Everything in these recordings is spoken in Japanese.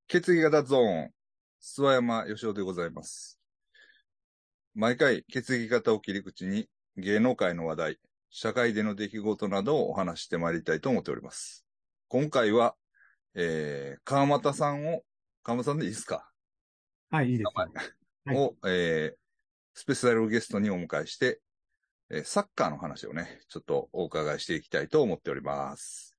血液型ゾーン、諏訪山義雄でございます。毎回血液型を切り口に芸能界の話題、社会での出来事などをお話してまいりたいと思っております。今回は、川又さんを、川又さんでいいですか？ はい、いいですよ。はい、 を、スペシャルゲストにお迎えして、サッカーの話をね、ちょっとお伺いしていきたいと思っております。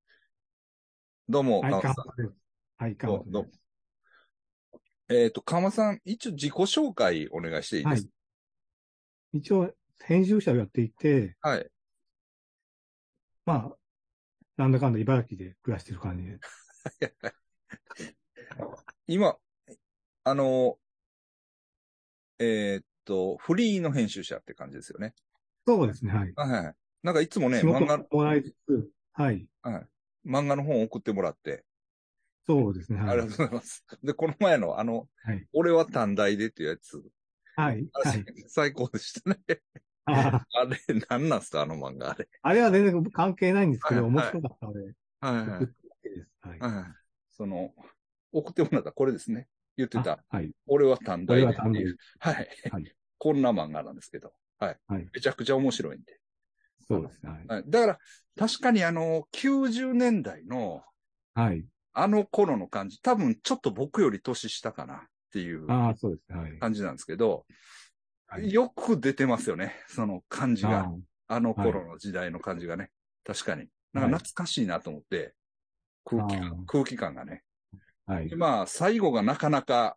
どうも、 はい、 川又さん。 川本です。はい、川どうも。 本です。 川又さん、一応自己紹介お願いしていいですか？ はい。一応、編集者をやっていて、 はい。 まあ、なんだかんだ茨城で暮らしてる感じで。 今、あの、フリーの編集者って感じですよね。 そうですね、はい。 はいはい。なんかいつもね、 仕事もらいつつ、はい。 はい。漫画の本を送ってもらって、 そうですね、はい。 ありがとうございます。で、この前のはい。 俺は短大でっていうやつ、 はい、 あれはい。 最高でしたね。 ああれ、何なんすか、あの漫画、あれ。 あれは全然関係ないんですけはい、 ど、面はい、 白かったので、 はい、はい。 送っただけです。はい。 はい。その、送ってもらったこれですね。言ってあ、 た。 はい。 俺は短これ大でっていう。 は単純。 はい。 はい。 こんな漫画なんですけど。はい。 はい。 めちゃくちゃ面白いんで。 そうですね、はい。 はい。だから、確かに90年代の、 はい。 あの頃の感じ、多分ちょっと僕より年下かなっていうああ、そうですね、はい。 感じなんですけど、 はい。 よく出てますよね。その感じが。 ああのあ、はい。 頃の時代の感じがね。確かに。なんはい。 か懐かしいなと思って、 ああ、 空気感がね。で、 はい。 まあ、最後がなかなか、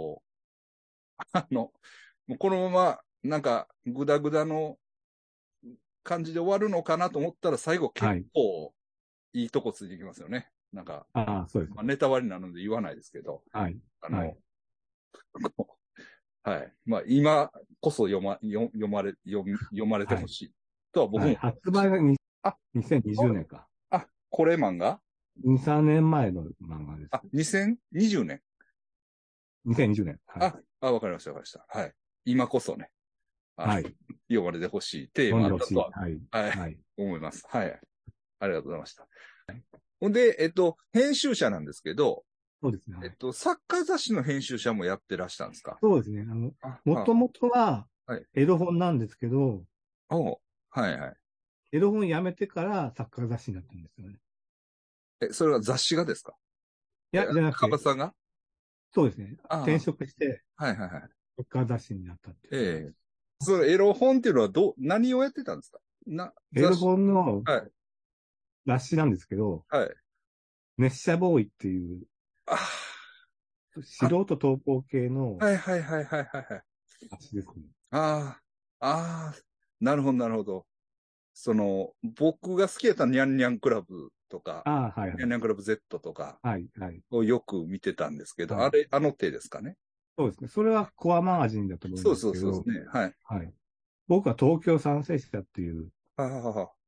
もうこのまま、なんか、ぐだぐだの感じで終わるのかなと思ったら、最後結はい。 構いいとこついてきますよね。なんか、 ああ、そうです。 まあ、ネタ割りなので言わないですけど、 はい。 あの、 はい。 はい。まあ、今こそ読まれてはい。 ほしい。とは僕はい。 も。 発売があ、 2020年か。 これ漫画 2、3年前の漫画です。 2020年。 2020年。はい。 わかりました、わかりました。はい。今こそね、あの、 はい。 読まれてほしいテー読んマでほしい。 だとは、 はい。 はい、 はい。 思います。はい。ありがとうございました。ほんで、編集者なんですけど、 そうですね。はい。 サッカー雑誌の編集者もやってらしたんですか？ そうですね。 あ、 もともとははい。 エロ本なんですけど、 はいはい。 エロ本やめてからサッカー雑誌になったんですよね。 それは雑誌がですか？ いや、じゃなくて、 カバさんが。 そうですね。転あ職してはいはいはい。 サッカー雑誌になったっていう感じええ。 です。 そのエロ本っていうのは何をやってたんですか？ エロ雑誌。 本のはい。 雑誌なんですけど、 はい。 熱写ボーイっていうあ素あ、 人投稿系のはいはいはいはいはいはい。 雑誌ですね。 ああ、ああ、なるほどなるほど。僕が好きやったニャンニャンクラブとか、 ああ、はいはい。 ニャンニャンクラブ Z とかはい、はい、 をよく見てたんですけど、 はい。 あの手ですかね。 そうですね。それはコアマガジンだと思うんそうですけど、 そうそうですね。はい。 はい。僕は東京三世社っていう、 はははは。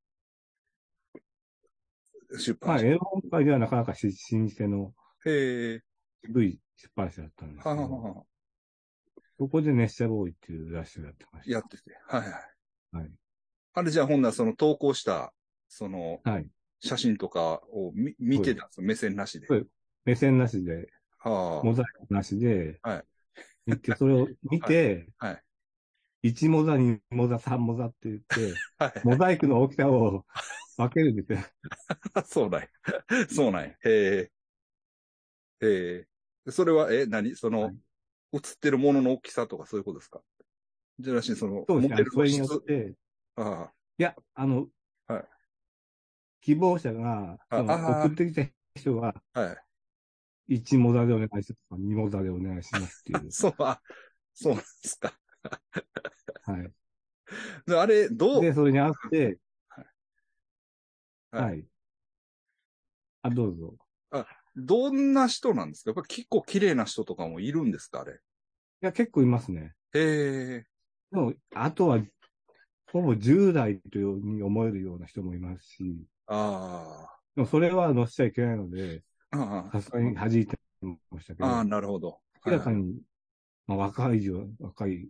出版まあ、 社。 エロ本界ではなかなか老舗のへえ。 渋い出版社だったんですはけど、 ははは。 そこで熱写ボーイっていう雑誌をやってましやってて。はいはい。 た。はい。 あれじゃあほんならその投稿した、そのはい。 写真とかを見そうです。 てたんですよ。目線なしで。 そうです。目線なしで、モはザイクなしであ。はい。 見て、それを見はい。 て、 はい。 1モザ、2モザ、3モザって言って、 はい。はい。 モザイクの大きさを分けるんですよ。 そうなんや。そうなんや。へえ。へえ。それは、何はい。 映ってるものの大きさとかそういうことですか？じゃなしに、 そうですね。 モデルそれによっの質。 て、 あいや、 あ、はい。 希望者が、送ってきた人が、 はい。 1モザでお願いしますとか、2モザでお願いしますっていう。 そうなんですか。 はい。 であれ、 で、それに合わせて、 はい。はい。 はい。あ、どうぞ。 あ、どんな人なんですか？やっぱり結構綺麗な人とかもいるんですかあれ？ いや、結構いますね。 へえ。 でも、あとは、ほぼ10代というに思えるような人もいますし、 あでもそれは載せちゃいけないので、 あ。あさすがに弾いてましたけあ。ああ、 ど、 なるほど。はいはい。 明らかに、まあ、若い、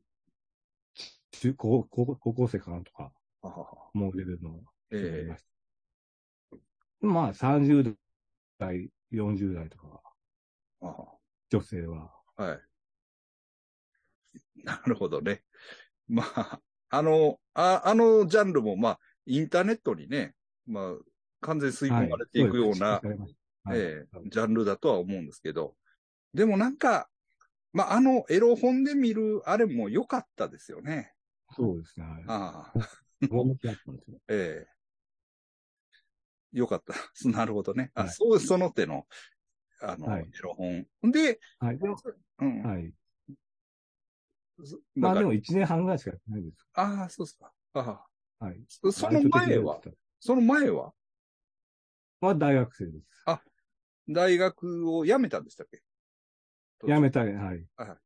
高校生かなとか、 ははは。 思うレベルの人がいまええ。 した。まあ、30代、40代とかがはは。 女性は。 はい。なるほどね。まあ、あのジャンルも、まあ、インターネットにね、まあ、完全に吸い込はい。 まれていそうです。 くような、 蓄積されました。はい。 ジャンルだとは思うんですけど、でもなんか、まあ、エロ本で見るあれも良かったですよね。 そうですね。はい。 ああ、 趣だったんですよ。 え良かった。なるほどね。あ、 はい。 そう、その手の、 はい。 エロ本。で、 はい。でも、 うん、 はい。 なんか、 まあでも1年半ぐらいしかやってないです。 ああ、そうですか。ああ、 はい。 そのバイト的前は、 でやってた。 その前は、 は大学生です。 あ、大学を辞めたんでしたっけ途中。 辞めたい。はい。 はい。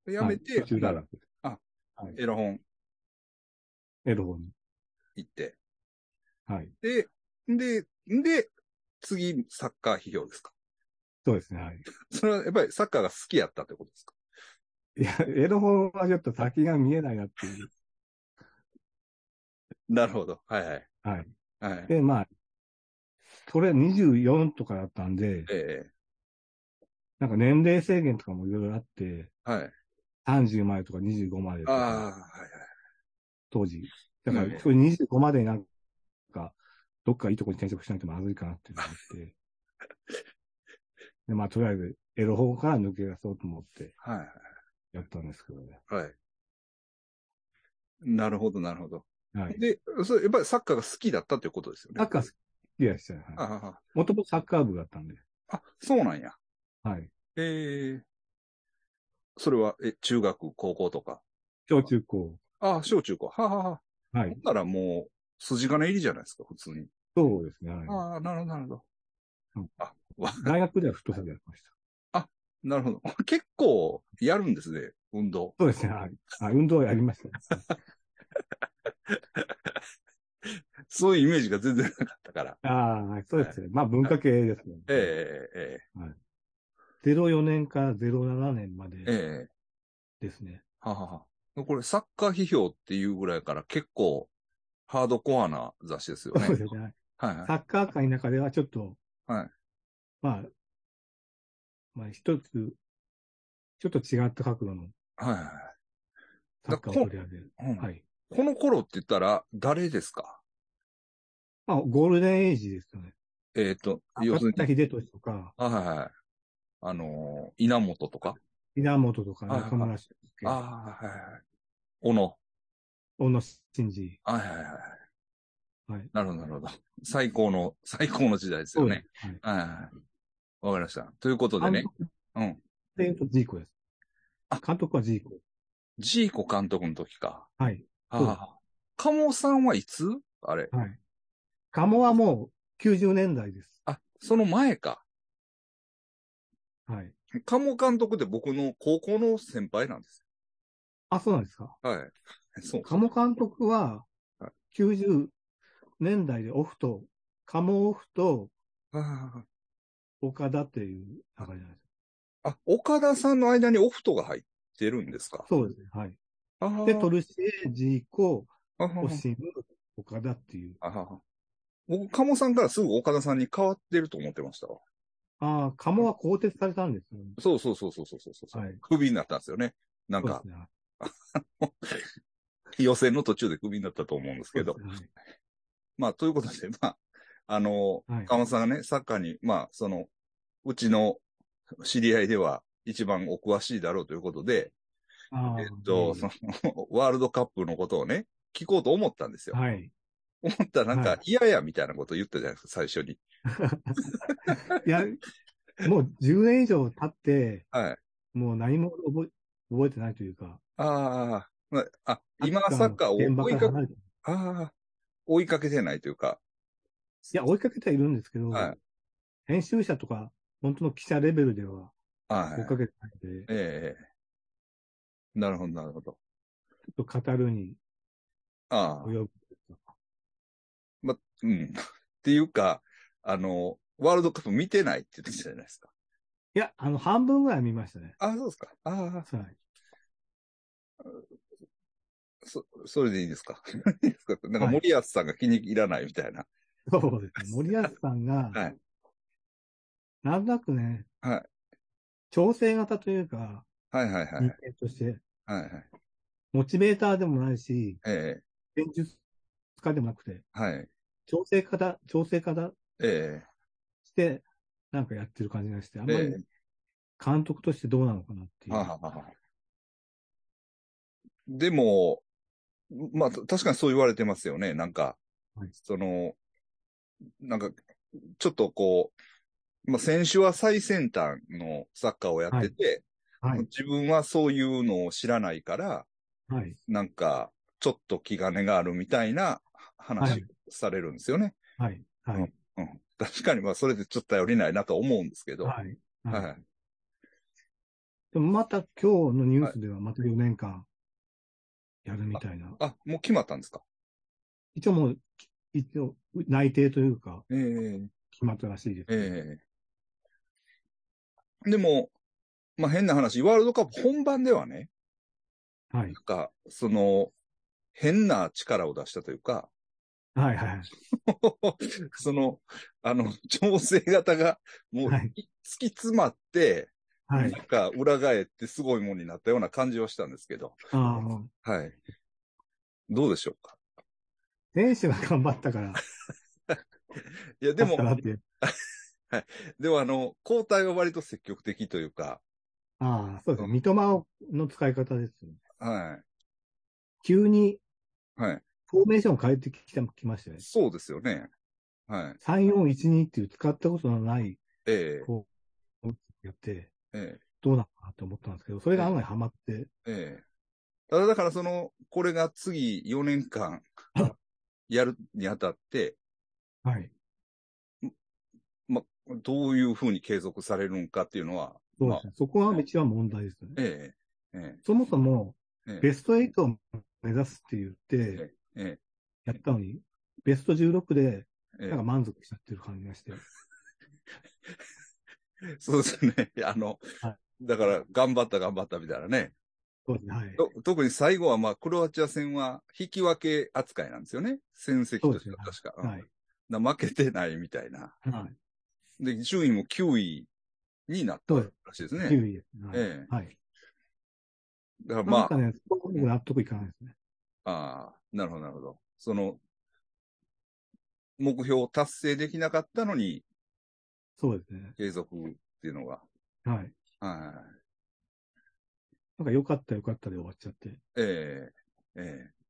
辞はい。途めて、ほんなら、 中大学です。 あ、 はい。 エロ本エロ本に。 行って。 はい。 で、で、次、サッカー批評ですか？ そうですね。はい。 それはやっぱりサッカーが好きやったってことですか？ いや、エロ本はちょっと先が見えないなっていう。 なるほど。はいはい。 はい。 はい。 で、まあ、それ24とかだったんで、 ええなんか年齢制限とかもいろいろあって、 はい。 30までとか25までああ、 とか、 はいはい。 当時。だから、 えそれ25までなんか、どっかいいとこに転職しないとまずいかなっていうのがあって、で、まあ、とりあえず、エロ本から抜け出そうと思ってはやったんですけどね。 い。はい。なるほど、なるほど。 はい。 で、やっぱりサッカーが好きだったということですよね。 サッカー好きでしたね。はい。 あもともとサッカー部だったんで。 あ、そうなんや。 はい。 ええそれは、中学、高校とか。 小中高。 ああ、小中高。はあはあはあ。 はい。 ほんならもう、筋金入りじゃないですか、普通に。 そうですね。はい。 ああ、なるほど、なるほど。 うん、 あ、 大学ではフットサルやってました。 あ、なるほど。結構、やるんですね、運動。 そうですね。はい。あ、運動やりましたね。はい、 そういうイメージが全然なかったから。 ああ、はい、そうはい。 ですね。まあ、文はい。 化系ですね。はい。はい。04年から07年までええですね。 ははは。これ、サッカー批評っていうぐらいから結構、ハードコアな雑誌ですよね。 そうですね。はい、 はいはい。 サッカー界の中ではちょっと、 はい。 まあ、まあ、一つ、ちょっと違った角度のはいはい。 サッカーを取り上げる。 うん。 はい。 この頃って言ったら、誰ですか？ まあ、ゴールデンエイジですよね。 要するに、 中田秀俊とか、 はいはいはい。稲本とか。 稲本とかはいはいはい。 中村俊あ輔、 あ、はいはい。小野。 小野伸二。 はいはいはい。 はい。 なるほど、なるほど。最高の時代ですよね。 そうです。はい。 はいはいはい。わかりました。ということでね。 監督うん。 で言うとジーコです。 あ、 監督はジーコ。 ジーコ監督の時か。 はい。そうです。 ああ。鴨さんはいつあれ。 はい。鴨はもう90年代です。 あ、その前か。 はい。 鴨監督って僕の高校の先輩なんですあ、そうなんですか。 よ。はい。そうそう。 鴨監督ははい 90年代でオフと、鴨オフとあ岡田っていう流れじゃないですか。 あ、岡田さんの間にオフトが入ってるんですか？ そうですね。はい。で、 あトルシエ、ジーコ、 あ、あはオシム、岡田っていう。 あ、は僕、鴨さんからすぐ岡田さんに変わってると思ってましたわ。 ああ、鴨は更迭されたんですよね。 そうそうそうそうそうそうそう。 はい。 クビになったんですよね。なんか、 そうですね。 予選の途中でクビになったと思うんですけど。 そうですね。 まあ、ということで、まあ、 はい。 鴨さんがね、サッカーに、まあ、うちの知り合いでは一番お詳しいだろうということで、 ああ、いえいえ。 ワールドカップのことをね、聞こうと思ったんですよ。 はい。 思ったらなんかはい。 嫌やみたいなこと言ったじゃないですか、最初に。 いや、もう10年以上経って、 はい。 もう何も覚えてないというか、 ああ、 サッ今カーのサッカーを現場から離れて、い追いかけてないというか、 や、追いかけてはいるんですけど、 はい。 編集者とか、本当の記者レベルでは追いかはい。 けてないので、 ええなるほど、なるほど。 ちょっと語るにああ、 及ぶというか。 うん。っていうか、ワールドカップ見てないって言ってたじゃないですか。 いや、半分ぐらい見ましたね。 ああ、そうですか。ああ、 はい。 それでいいですか。いいですか。なんかはい。 森保さんが気に入らないみたいな。 そうですね。森保さんが、 はい。 なんとなくね、 はい。 調整型というか、 はいはいはい。 人間として、 はいはい。 モチベーターでもないし、 ええ、 戦術家でもなくて、 はい。 調整家ええ、 して、なんかやってる感じがして、あんえまりえ、 監督としてどうなのかなっていう。 はははは。でも、まあ、確かにそう言われてますよね。なんか、 はい。 その、なんか、ちょっとこう、まあ、選手は最先端のサッカーをやっはい。 てて、 はい。 自分はそういうのを知らないから、 はい。 なんか、ちょっと気兼ねがあるみたいな話はい。 をされるんですよね。 はい。はうん、 い。 うん。確かに、まあ、それでちょっと頼りないなと思うんですけど。 はい。はい。 はい。 でもまた今日のニューはい。 スではまた4年間やるみたいな。 もう決まったんですか？ 一応もう、一応内定というか、 ええ決まったらしいですけど。 えでも、まあ、変な話、ワールドカップ本番ではね、 はい。 なんか、変な力を出したというか、 はい。はい。 その、調整型がもうはい。 突き詰まって、 はい。 なんか裏返ってすごいものになったような感じはしたんですけど、 ああ、 はい。どうでしょうか。 選手が頑張ったから、 いや、でも、 勝ったなっていう。 はい。でも交代は割と積極的というか、 ああ、そうですね。 うん、 三笘の使い方ですよね。 はい。 急にはい。 フォーメーションを変えてきましたよね。 そうですよね。はい。 3-4-1-2っていう使ったことのないええ、 フォーメーションやって、 ええ、 どうなのかなって思ったんですけど、それええ、 が案外ハマって、 ええ。ただだからこれが次4年間やるにあたって、 はい。 ま、どういうふうに継続されるのかっていうのは、まあ、 そうですね。そこが一番問題ですよね。 ええ、えそもそも、 え、えベスト8を目指すって言ってえ、えやったのに、ベスト16で、 え、 なんかえ満足しちゃってる感じがして。 え。そうですね。 はい。 だから、頑張ったみたいなね。 そうですね。はい。 特に最後は、まあ、クロアチア戦は引き分け扱いなんですよね。戦績としそうですね。 ては確か。うん。 はい。 負けてないみたいな。 はい。 で、順位も9位になったそうです。 らしいですね。 9位ですね。はい。 ええ。 はい。 だからまあ、 なんかね、すごく納得いかないですね。 なるほど、なるほど。目標を達成できなかったのに、 そうですね。 継続っていうのが。 はい。 はなんか良かった良かったで終わっちゃって。 い。ええ、ええ。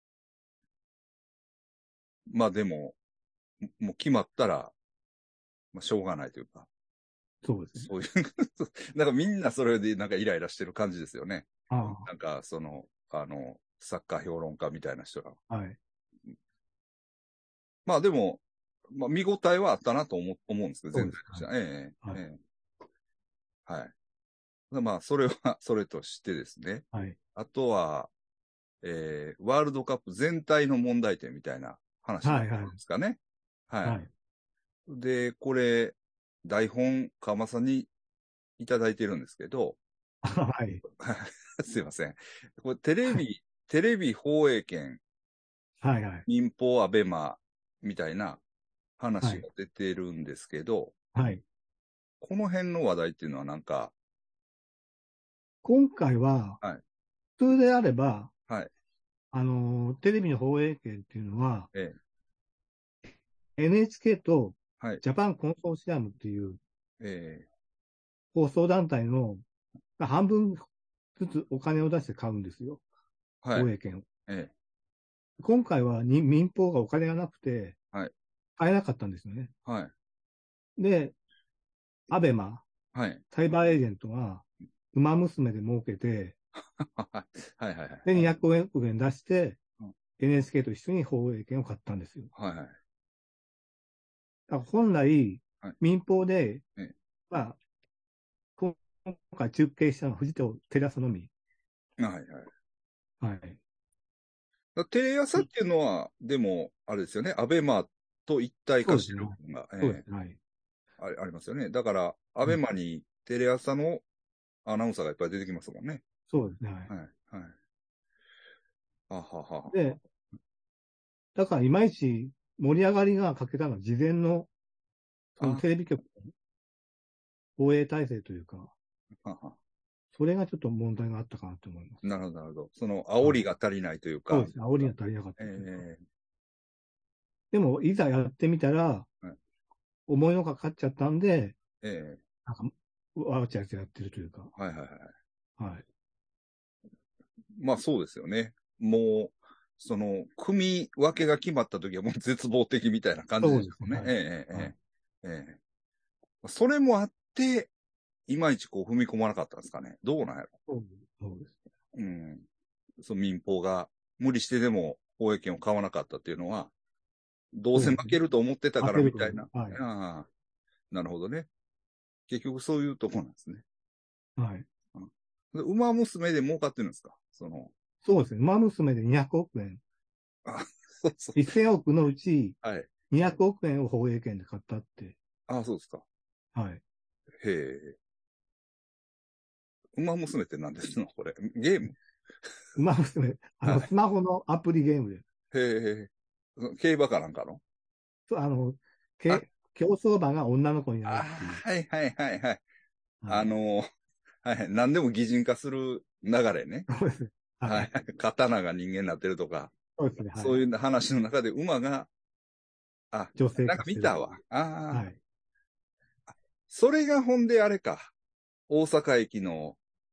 まあでも、もう決まったら、まあしょうがないというか、 そうですね。 そういうなんかみんなそれでなんかイライラしてる感じですよね。 あなんか、サッカー評論家みたいな人が。 あ。はい。 まあでも、まあ見応えはあったなと思うんですけど、 そうです。 全体としては。ええ、 はい。 ええ、はい。まあ、それはそれとしてですね。 はい。 あとは、ワールドカップ全体の問題点みたいな話になはい。 ってくるんではい。 すかね。はい。 はい。 で、これ、台本、川間さんにいただいてるんですけど、 はい。 すいません。これテレビ放映権、 はい。はい。 民放アベマみたいなはい。 話が出てるんですけど、 はい。 この辺の話題っていうのはなんか、 今回は、 はい、 普通であれば、 はい、 テレビの放映権っていうのは、 ええ、 NHK とはい、 ジャパンコンソーシアムっていうええ、 放送団体の半分ずつお金を出して買うんですよ。 はい、 放映権を。 ええ、 今回は民放がお金がなくてはい、 買えなかったんですよね。 はい、 で、アベマ、 はい、 サイバーエージェントが馬娘で儲けて、 はい、はい、はい、 で、200億円出して、 うん、 NHK と一緒に放映権を買ったんですよ。 はい、はい、 だから本来、 はい、 民放で、 ええ、 まあ、今回中継したのはフジテレ朝のみ。 はい、はい。 はい。 テレ朝っていうのは、でも、あれですよね、アベマと一体化してそうですね。 る部分が、 そうですね。はい。 ありますよね。だから、アベはい。 マにテレ朝のアナウンサーがいっぱい出てきますもんね。 そうですね。はい。 はい、はい。あはは。 で、だからいまいち盛り上がりが欠けたのは事前のそのあ、 テレビ局の放映体制というか、 はは。 それがちょっと問題があったかなと思います。 なるほど、なるほど。その煽りが足りないというか。 そうですね。煽りが足りなかったというか。 えでも、いざやってみたら、 はい思いのがかかっちゃったんで、 ええなんか、わちゃわちゃやってるというか。 はいはいはい。 はい。 まあそうですよね。もう、その、組み分けが決まった時はもう絶望的みたいな感じそうですね。 でしょうね。 はい。 ええはい。 ええええそれもあって、いまいちこう踏み込まなかったんですかね。どうなんやろ。 そうです。 うん。その民放が無理してでも放映権を買わなかったっていうのは、どうせ負そうですね。 けると思ってたから当てると。 みたいな。 はい。 ああ、なるほどね。結局そういうとこなんですね。 はい。 うん、で馬娘で儲かってるんですかその、 そうですね。馬娘で200億円。 あ、そうそう。 1000億のうちはい。 200億円を放映権で買ったって。 あ、そうですか。 はい。 へえ。馬娘って何ですのこれ。ゲーム馬娘、 はい。 スマホのアプリゲームで、 へえ。競馬かなんかのそう、 あ、 競走馬が女の子になるあ、 っていう。 はいはいはいはい。 はい。 あの、はい。何でも擬人化する流れね。 そうですね。ははい。 い。 刀が人間になってるとか、 そうですね。はい。 そういう話の中で馬が、あ、 女性なんか化してるという。 見たわ。ああ、 はい。 それがほんであれか。大阪駅の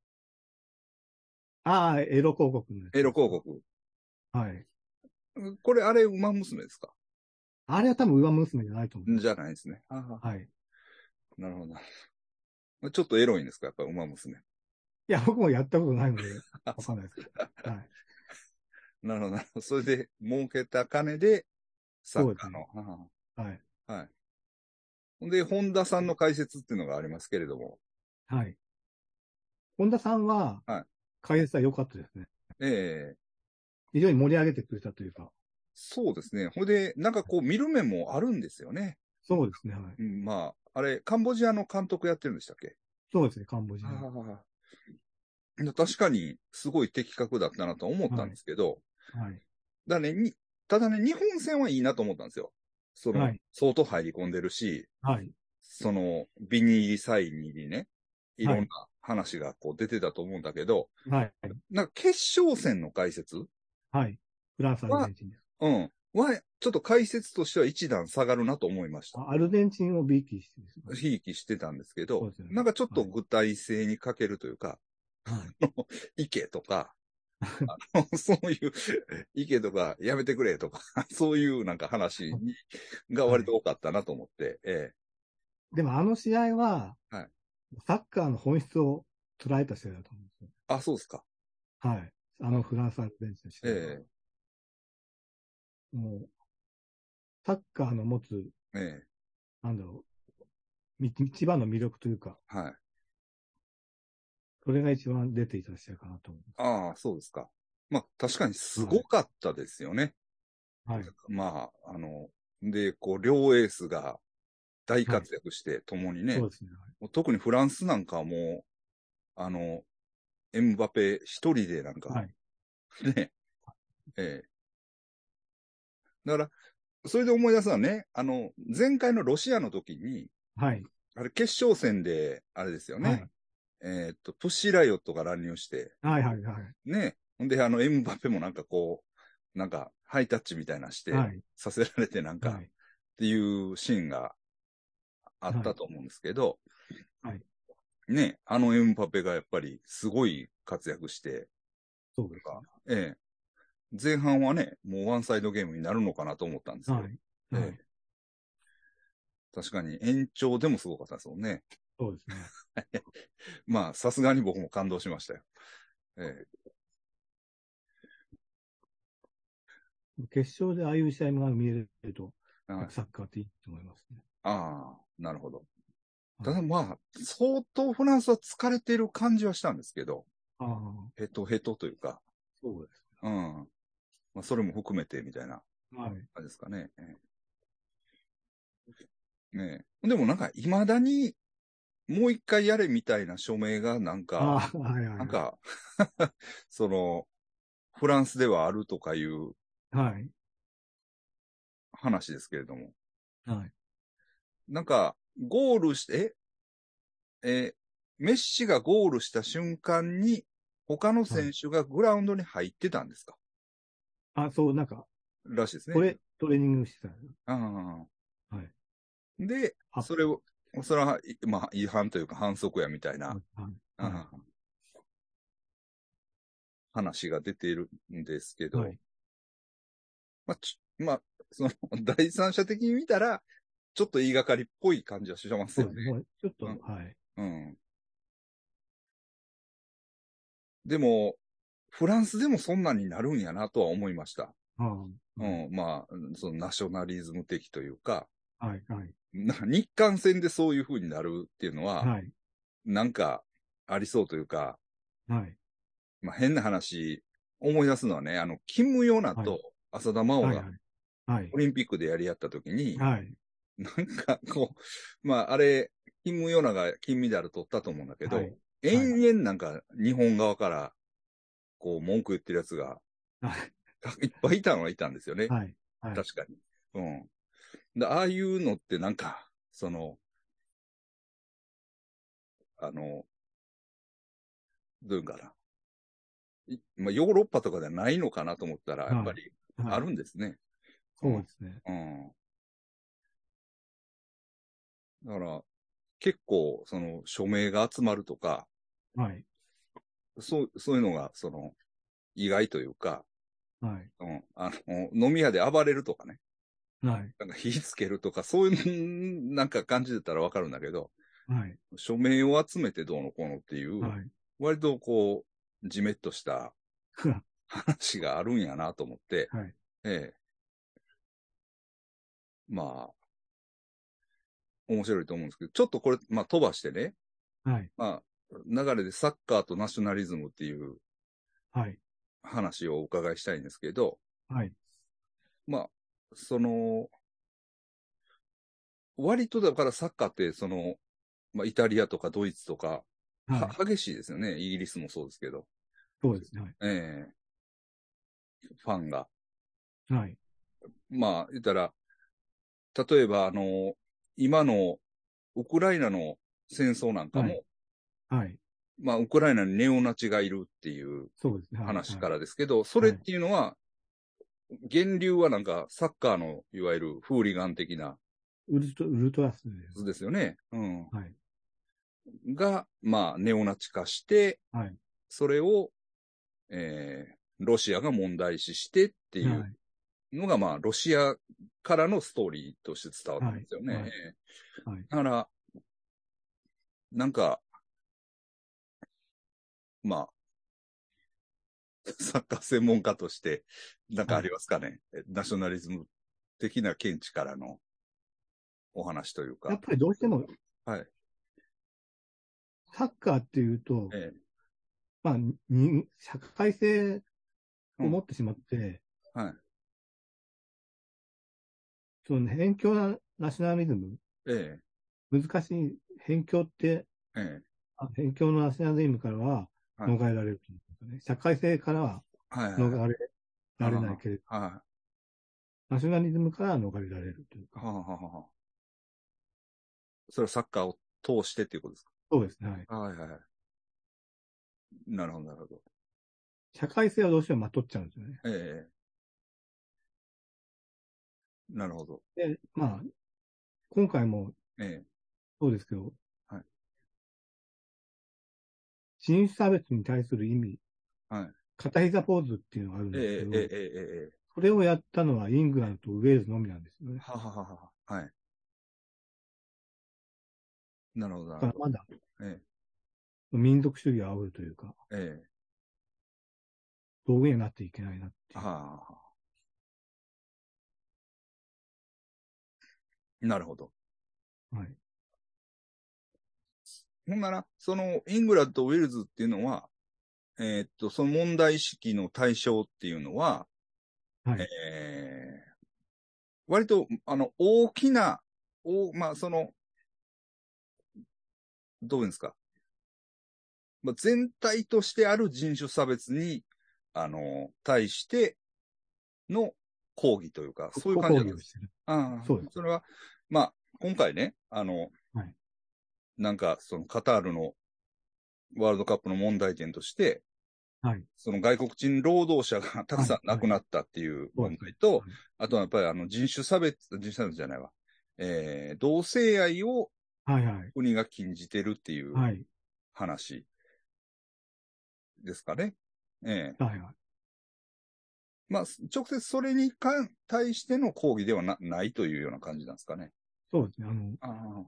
ああ、エロ広告のやエつですか。 ロ広告。 はい。 これあれ馬娘ですかあれは多分馬娘じゃないと思います。 じゃないですね。ああ、 はい。 なるほど。ちょっとエロいんですかやっぱ馬娘。 いや、僕もやったことないので、 あ、 わかんないですけど。はい。 なるほど、なるほど。それで儲けた金でサッそうですね。 カーの。 はい。 はい。で、本田さんの解説っていうのがありますけれども。 はい。本田さんは、 はい。 解説は良かったですね。 ええ非常に盛り上げてくれたというか。 そうですね。ほいで、なんかこう見る目もあるんですよね。 そうですね。はい。 うん、まあ、あれ、カンボジアの監督やってるんでしたっけそうですね。カンボジアの。 ああ。確かに、すごい的確だったなと思ったんではい。 すけど、 はい。 だね、ただね、日本戦はいいなと思ったんですよ。その、 はい。 相当入り込んでるし、 はい。 その、ビニーリサインにね、いろんなはい。 話がこう出てたと思うんだけど、 はい。 なんか決勝戦の解説はい。フランス、アルゼは、 ンチンです。 ちょっと解説としては一段下がるなと思いました。 アルゼンチンをビーキしてですね。 ひいきしてたんですけど、 そうですね。 なんかちょっとはい。 具体性に欠けるというか、 はい。 行けとか、そういう、行けとか、やめてくれとか、そういうなんか話がはい。 割と多かったなと思って、 でもあの試合は、 はい。 サッカーの本質を捉えた試合だと思うんですよ。 あ、そうですか。 はい。フランス、アルゼンチンの試合は。 えもう、サッカーの持つ、 えええなんだろ一番の魅力というか、 はい。 それが一番出ていた試合かなと思いまああ、そうですか。まあ、確かにすす。はい。 ごかったですよね。 はい。 まあ、で、こう、両エースが大はい。 活躍して共にね、 そうですね。 もう特にフランスなんかはもう、エムバペ一人でなんか、 はい。 ね、ええだから、それで思い出すのはね、前回のロシアの時に、 はい。 あれ決勝戦で、あれですよね、 はい。 プッシーライオットが乱入して、 はい。はい。はい。 ね、ほんで、エムバペもなんかこう、なんか、ハイタッチみたいなして、 はい。 させられてなんか、 はい。 っていうシーンがあっはい。 たと思うんですけど、 はい。 ね、エムバペがやっぱりすごい活躍して、 そうですね。 ええ、前半はね、もうワンサイドゲームになるのかなと思ったんですけど、 はい。はい。 ええ、確かに延長でもすごかったですもんね。 そうですね。 まあ、さすがに僕も感動しましたよ。え決勝でああいう試合が見えると、 はい、 やっぱサッカーっていいと思いますね。 ああ、なるほど。たはい。 だまあ、相当フランスは疲れてる感じはしたんですけど、 ああ、 ヘトヘトというか、 そうですうん。まあ、それも含めてみたいな、 ね。はい。 あれですかね。ねでもなんか、未だにもう一回やれみたいな署名がなんか、 ああ、はいはいはい。 なんかその、フランスではあるとかいうはい。 話ですけれども、 はい。 なんか、ゴールして、 メッシがゴールした瞬間に、他の選手がグラウンドに入ってたんですか？ あ、そう、なんか、 らしいですね。 トレーニングしてた。 ああ。 はい。 で、 あ、 それを、それは、まあ、違反というか反則やみたいな、 はい。はい。 ああ話が出ているんですけど、 はい。 まあ、まあ、その、第三者的に見たら、ちょっと言いがかりっぽい感じはしますよね。 そうです。もう、ちょっと、 うん。 はい。 うん。でも、フランスでもそんなになるんやなとは思いました。 ああ、はい。 うん。まあ、そのナショナリズム的というか、 はい。はい。 日韓戦でそういう風になるっていうのは、 はい。 なんかありそうというか、 はい。 まあ、変な話、思い出すのはね、キム・ヨナはい。 と浅田真央はい。 がはい。はい。 オリンピックでやり合った時に、 はい。 なんかこう、まああれ、キム・ヨナが金メダル取ったと思うんだけど、 はい。はい。 延々なんか日本側からこう文句言ってるやつがいっぱいいたのはいたんですよね。 はい。はい。 確かに。うん。で、ああいうのってなんか、その、あの、どういうかな。まあ、ヨーロッパとかではないのかなと思ったら、やっぱはい。 りあはい。 るんですね。うん。 そうですね。 うん。だから、結構、その、署名が集まるとか、 はい。 そういうのが、意外というか、 はい。 うん。飲み屋で暴れるとかね。 はい。 なんか火つけるとか、そういう、なんか感じだったらわかるんだけど、 はい。 署名を集めてどうのこうのっていう、 はい。 割とこう、じめっとした話があるんやなと思って、 はい。 ええ、まあ、面白いと思うんですけど、ちょっとこれ、まあ飛ばしてね、 はい。 まあ、流れでサッカーとナショナリズムっていうはい。 話をお伺いしたいんですけど、 はい。 まあ、その、割とだからサッカーって、まあ、イタリアとかドイツとか、 はい。 激しいですよね。イギリスもそうですけど。 そうですね。はい。 ええ、ファンが。 はい。 まあ、言ったら、例えば、今のウクライナの戦争なんかはい。 も、 はい。 まあ、ウクライナにネオナチがいるっていうそうですね。はい。はい。 話からですけど、それっはい。 ていうのは、源流はなんかサッカーのいわゆるフーリガン的なウルトラスです。 図ですよね。うん。 はい。 が、まあ、ネオナチ化して、 はい。 それを、ロシアが問題視してっていうはい。 のが、まあ、ロシアからのストーリーとして伝わってはい。 ますよね。 はい。はい。 だから、なんか、まあ、サッカー専門家として、なんかありはい。 ますかね。ナショナリズム的な見地からのお話というか。 やっぱりどうしても、 はい。 サッカーっていうと、 ええ。 まあ、社会性うん。 を持ってしまって、 はい。 その辺境なナショナリズム、 ええ。 難しい辺境って、 ええ。 辺境のナショナリズムからははい。 逃れられるというかね、社会性からははいはいはい。 逃れられないはけれど、 あ、はナショナリズムからは逃れられるというあ、 か、 はあ、はあ、はあ。それはサッカーを通してっていうことですそうですね。はい。 か？はいはいはい。なるほど、なるほど。 社会性はどうしてもまとっちゃうんですよね。 ええ。なるほど。 で、まあ、今回もええ。 そうですけど、 はい。 人種差別に対する意味、 はい。 片膝ポーズっていうのがあるんえですけえ、ええ、 ど、 ええ、ええ。 それをやったのはイングランドとウェールズのみなんですよね。 ははははは。はい。なるほど、なるほど。 だからまだえ民族主義を煽るというか、 え、ええ。 道具にはなっていけないなってはいう。 あ、はあ。なるほど。 はい。 ほんなら、イングランドとウェールズっていうのは、その問題意識の対象っていうのは、 はい。 割と、大きな、まあ、どういうんですか。まあ、全体としてある人種差別に、対しての抗議というか、そういう感じだったんです。 抗議をしてる。 ああ、 そうです。 それは、まあ、今回ね、 はい。 なんか、カタールのワールドカップの問題点として、 はい。 その外国人労働者がたくさん亡くなったっていう問題と、あとはやっぱり人種差別じゃないわ。同性愛をはいはい。 国が禁じてるっていうはい。 話ですかね。 はいはい。 まあ、直接それに対しての抗議ではないというような感じなんですかね。 そうですね。 あ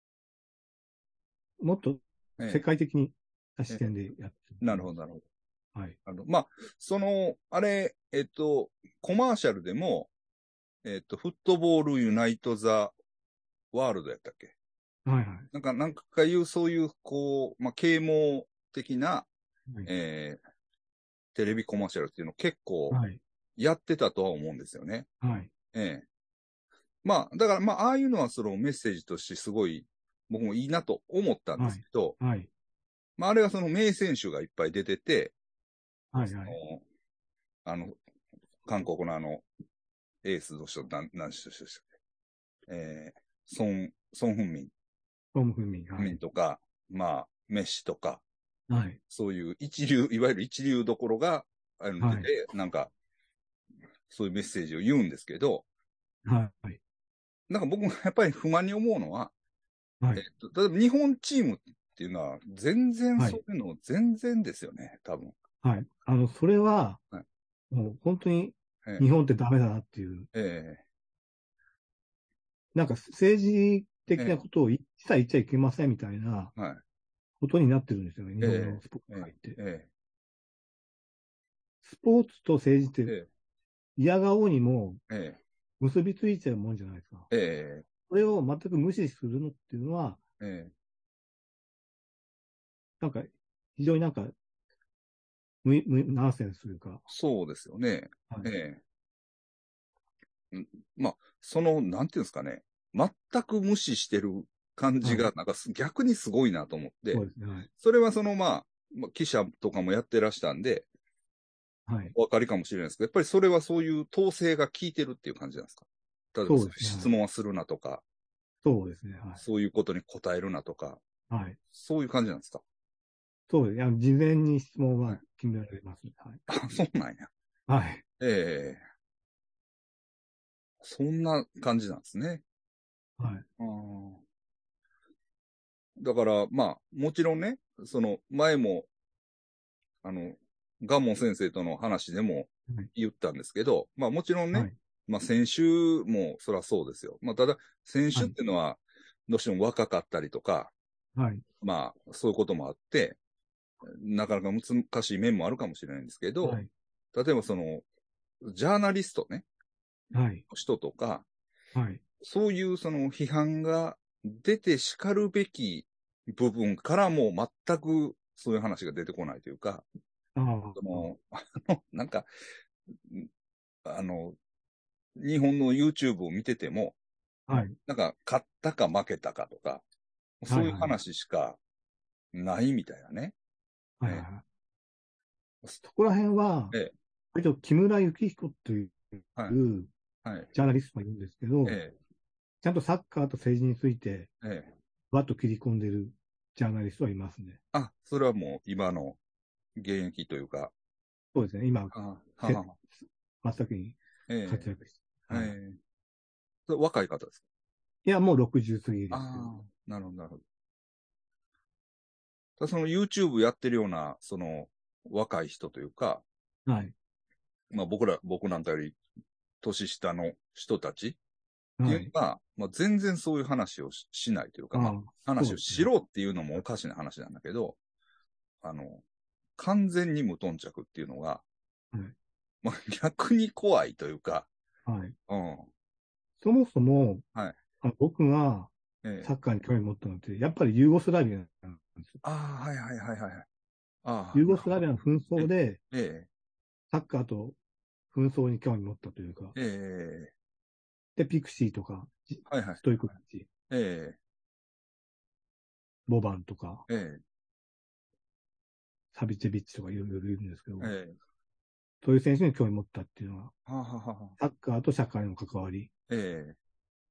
もっとあ、 世界的に視点でやってる。 なるほど、なるほど。 はい。 まあ、あれ、コマーシャルでも、フットボールユナイトザワールドやったっけ？ はいはい。 なんかそういう、まあ、啓蒙的な、 はい。 テレビコマーシャルっていうのを結構はい。 やってたとは思うんですよね。 はい。 まあ、だから、まあ、ああいうのはそのメッセージとしてすごい、僕もいいなと思ったんではい。 すけど、 はい。 まあ、あれはその名選手がいっぱい出てて、 はいはい。 あの、韓国のエースの人、何人でしたっけ？ソン・フンミン、 トム・フンミン。はい。 とか、まあ、メッシとか、 はい。 そういういわゆる一流どころが、出はい。 て、なんか、そういうメッセージを言うんですけど、 はい。 なんか僕もやっぱり不満に思うのは、 はい。 例えば日本チームっていうのは、全然はい。 そういうの、全然ですよね、多分。 はい。それは、 はい。 もう本当にえ日本ってダメだなっていう、 えなんか政治的なええことを一切言っちゃいけませんみたいなはい。 ことになってるんですよね、日本のえスポーツ界えって。 えスポーツと政治ってえ嫌顔にもえ結びついちゃうもんじゃないですか。 ええそれを全く無視するのっていうのは、 ええなんか、非常になんか、ナンセンスというか、 そうですよね。 はい。 えまあ、なんていうんですかね。全く無視してる感じはい。 が、なんか逆にすごいなと思って、 そうですね。はい。 それはまあ、記者とかもやってらしたんで、 はい。 お分かりかもしれないですけど、やっぱりそれはそういう統制が効いてるっていう感じなんですか？例えば、 そうですね。 質はい。 問はするなとか、 そうですね。はい。 そういうことに答えるなとか、 はい。 そういう感じなんですか？ そうですね。事前に質問ははい。 決められますね。はい。 あ、そうなんや。 はい。 ええそんな感じなんですね。 はい。 あーだから、まあ、もちろんね、前も、あの、ガンモン先生との話でもはい。 言ったんですけど、まあもちろんね、 はい。 まあ選手もそらそうですよ。まあただ、選手っはい。 ていうのは、どうしても若かったりとか、 はい。 まあそういうこともあって、なかなか難しい面もあるかもしれないんですけど、 はい。 例えばジャーナリストね、 はい。 人とか、 はい。 そういう批判が出て叱るべき部分からも全くそういう話が出てこないというか、 ああ。 なんか、あの、日本の YouTube を見てても、 はい。 なんか、勝ったか負けたかとか、 はい。 そういうはい。 話しかないみたいなね。 はい。 えはい。そこら辺は、 え、え割と木村幸彦というはい、はい、 ジャーナリストがいるんですけど、 えちゃんとサッカーと政治について、 え、ええ。 バッと切り込んでるジャーナリストはいますね。 あ、それはもう今の現役というか、 そうですね。今、せはは、 真っ先にえ活躍して。 え、えはい。 え。それ若い方ですか？ いや、もう60過ぎですけど。 ああ、なるほど、なるほど。ただYouTube やってるような、若い人というか、 はい。 まあ僕なんかより年下の人たちっていはい。 うのが、まあ、全然そういう話をしないというか、まあ、 ああ、 話をそうですね。 しろっていうのもおかしな話なんだけど、あの、完全に無頓着っていうのが、 はい。 まあ、逆に怖いというか、 はい。 うん、 そもそも、 はい、 僕がええサッカーに興味持ったのって、やっぱりユーゴスラビアなんですよ。 ああ、はいはいはいはい。ああ、 ユーゴスなるほど。 ラビアの紛争えで、 え、 サッカーと紛争に興味持ったというか、 ええ、 で、ピクシーとか、 はいはい、 ストイコビッチ、 えボバンとか、 え、 サビチェビッチとかいろいろいるんですけど、 ええそういう選手に興味持ったっていうのは、 はあはあはあ、 サッカーと社会の関わりええ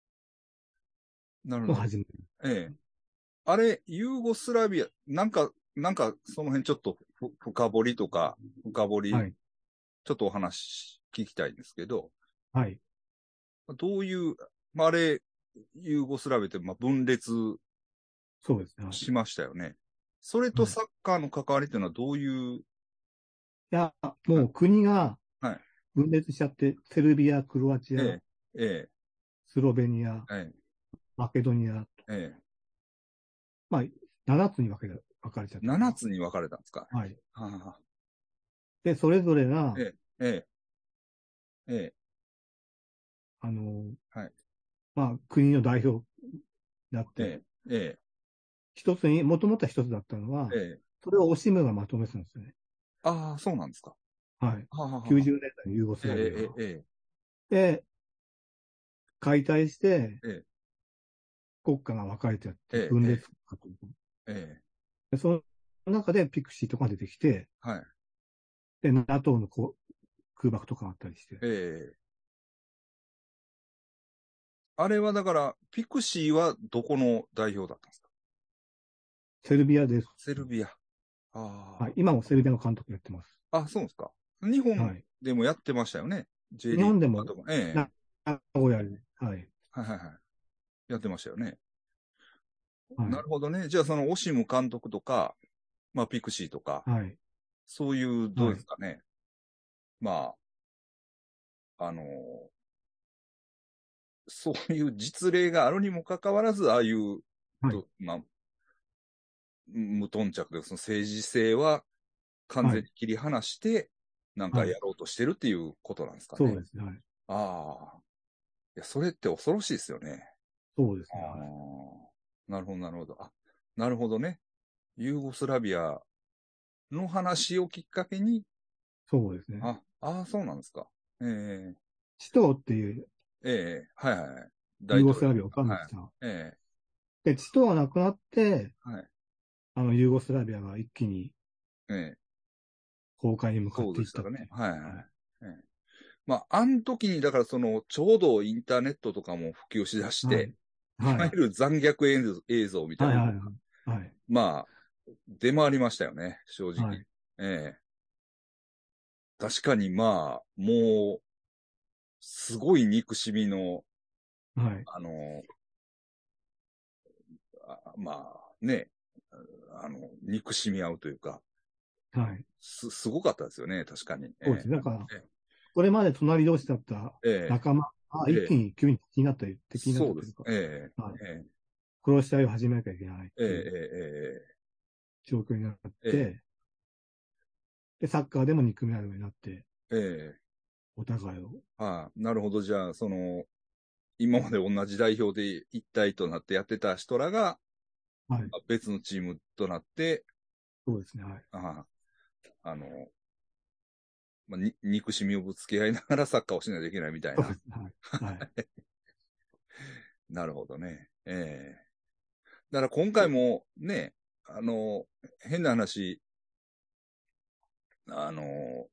なるほど。 の始め。 ええあれ、ユーゴスラビア、なんかなんかその辺ちょっと深掘りとか、 はい。 ちょっとお話聞きたいんですけど、 はい。 どういう、まあ、あれ、ユーゴスラビアってまあ分裂そうですね。はい。 しましたよね。それとはい。いサッカーの関わりっていうのはどういう、 や、もう国がはい。 分裂しちゃって、セルビア、クロアチア、 ええ、えスロベニア、 え、えマケドニア、 え、ええ。 まあ、7つに分かれちゃったの 7 かつに分かれたんですかね。 な。はい。 はあ、はあ、 で、それぞれが、 ええ、ええ、ええ、 あの、 はい。 まあ、国の代表になって、 ええ、え一つに、もともとは一つだったのえ、えは、 え。 それをオシムがまとめてたんですよね。 ああ、そうなんですか。 はい。 はあ、はあ、はあ。 90年代のユーゴスええ、 ラビアは。 ええ、 で、解体して、 ええ、 国家が分かれちゃって、 ええ、ええ、 分裂国家というか。 ええ、 で、その中でピクシーとか出てきて、 はい。 で、NATO の空爆とかあったりして。 ええ。あれはだから、ピクシーはどこの代表だったんですか？ セルビアです。 セルビア。 はい。 あ今もセルビアの監督やってます。 あ。あ、そうですか。日本はい。 でもやってましたよね。J 日リー本でも、 グとか。ええ。 名古屋で、はい。 はいはいはい。やってましたよね。 はい。 なるほどね。じゃあそのオシム監督とか、まあピクシーとか、 はい。 そういう、どうはい。 ですかね。まあ、そういう実例があるにもかかわらず、ああいう、 はい。 まあ、無頓着で、その政治性は完はい。 全に切り離して、なんかはい。 やろうとしてるっていうことなんですかね。 そうですね。はい。 ああ。いや、それって恐ろしいですよね。あそうですね。はい。 あ。なるほど、なるほど。あ、なるほどね。ユーゴスラビアの話をきっかけに、 そうですね。 そうなんですか。えチトーっていうはいはいはい。大統領。 ユーゴスラビアを管理はい。 した。 えで、チトーが亡くなって、 はい。 ユーゴスラビアが一気にええ崩壊に向かっそうてでしたかね。 いったっていう。 はいはいはい。 はい。 ええまあ、あの時に、だからちょうどインターネットとかも普及しだして、 はい。はい。 いわゆる残虐映像みたいはい。 な、 はい。はい。 まあ、出回りましたよね、正直。 はい。 ええ確かにまあ、もう、すごい憎しみの、 はい。 あの、まあね、憎しみ合うというか、 はい。 すごかったですよね、確かに。 そうですね。だから、 えこれまで隣同士だったえ仲間がええ一気に急に敵になったそうです。 というか、 えはい。 ええ殺し合いを始めなきゃいけないっえていうえ状況になっええて、で、サッカーでも憎め合うようになって、 えええお互いを。 なるほど。じゃあ、今まで同じ代表で一体となってやってた人らが、 はい。 別のチームとなって、 そうですね。はい。 ああの、憎しみをぶつけ合いながらサッカーをしないといけないみたいな。 そうですね。はい。はい。 なるほどね。だから今回もね、あの、変な話、あの、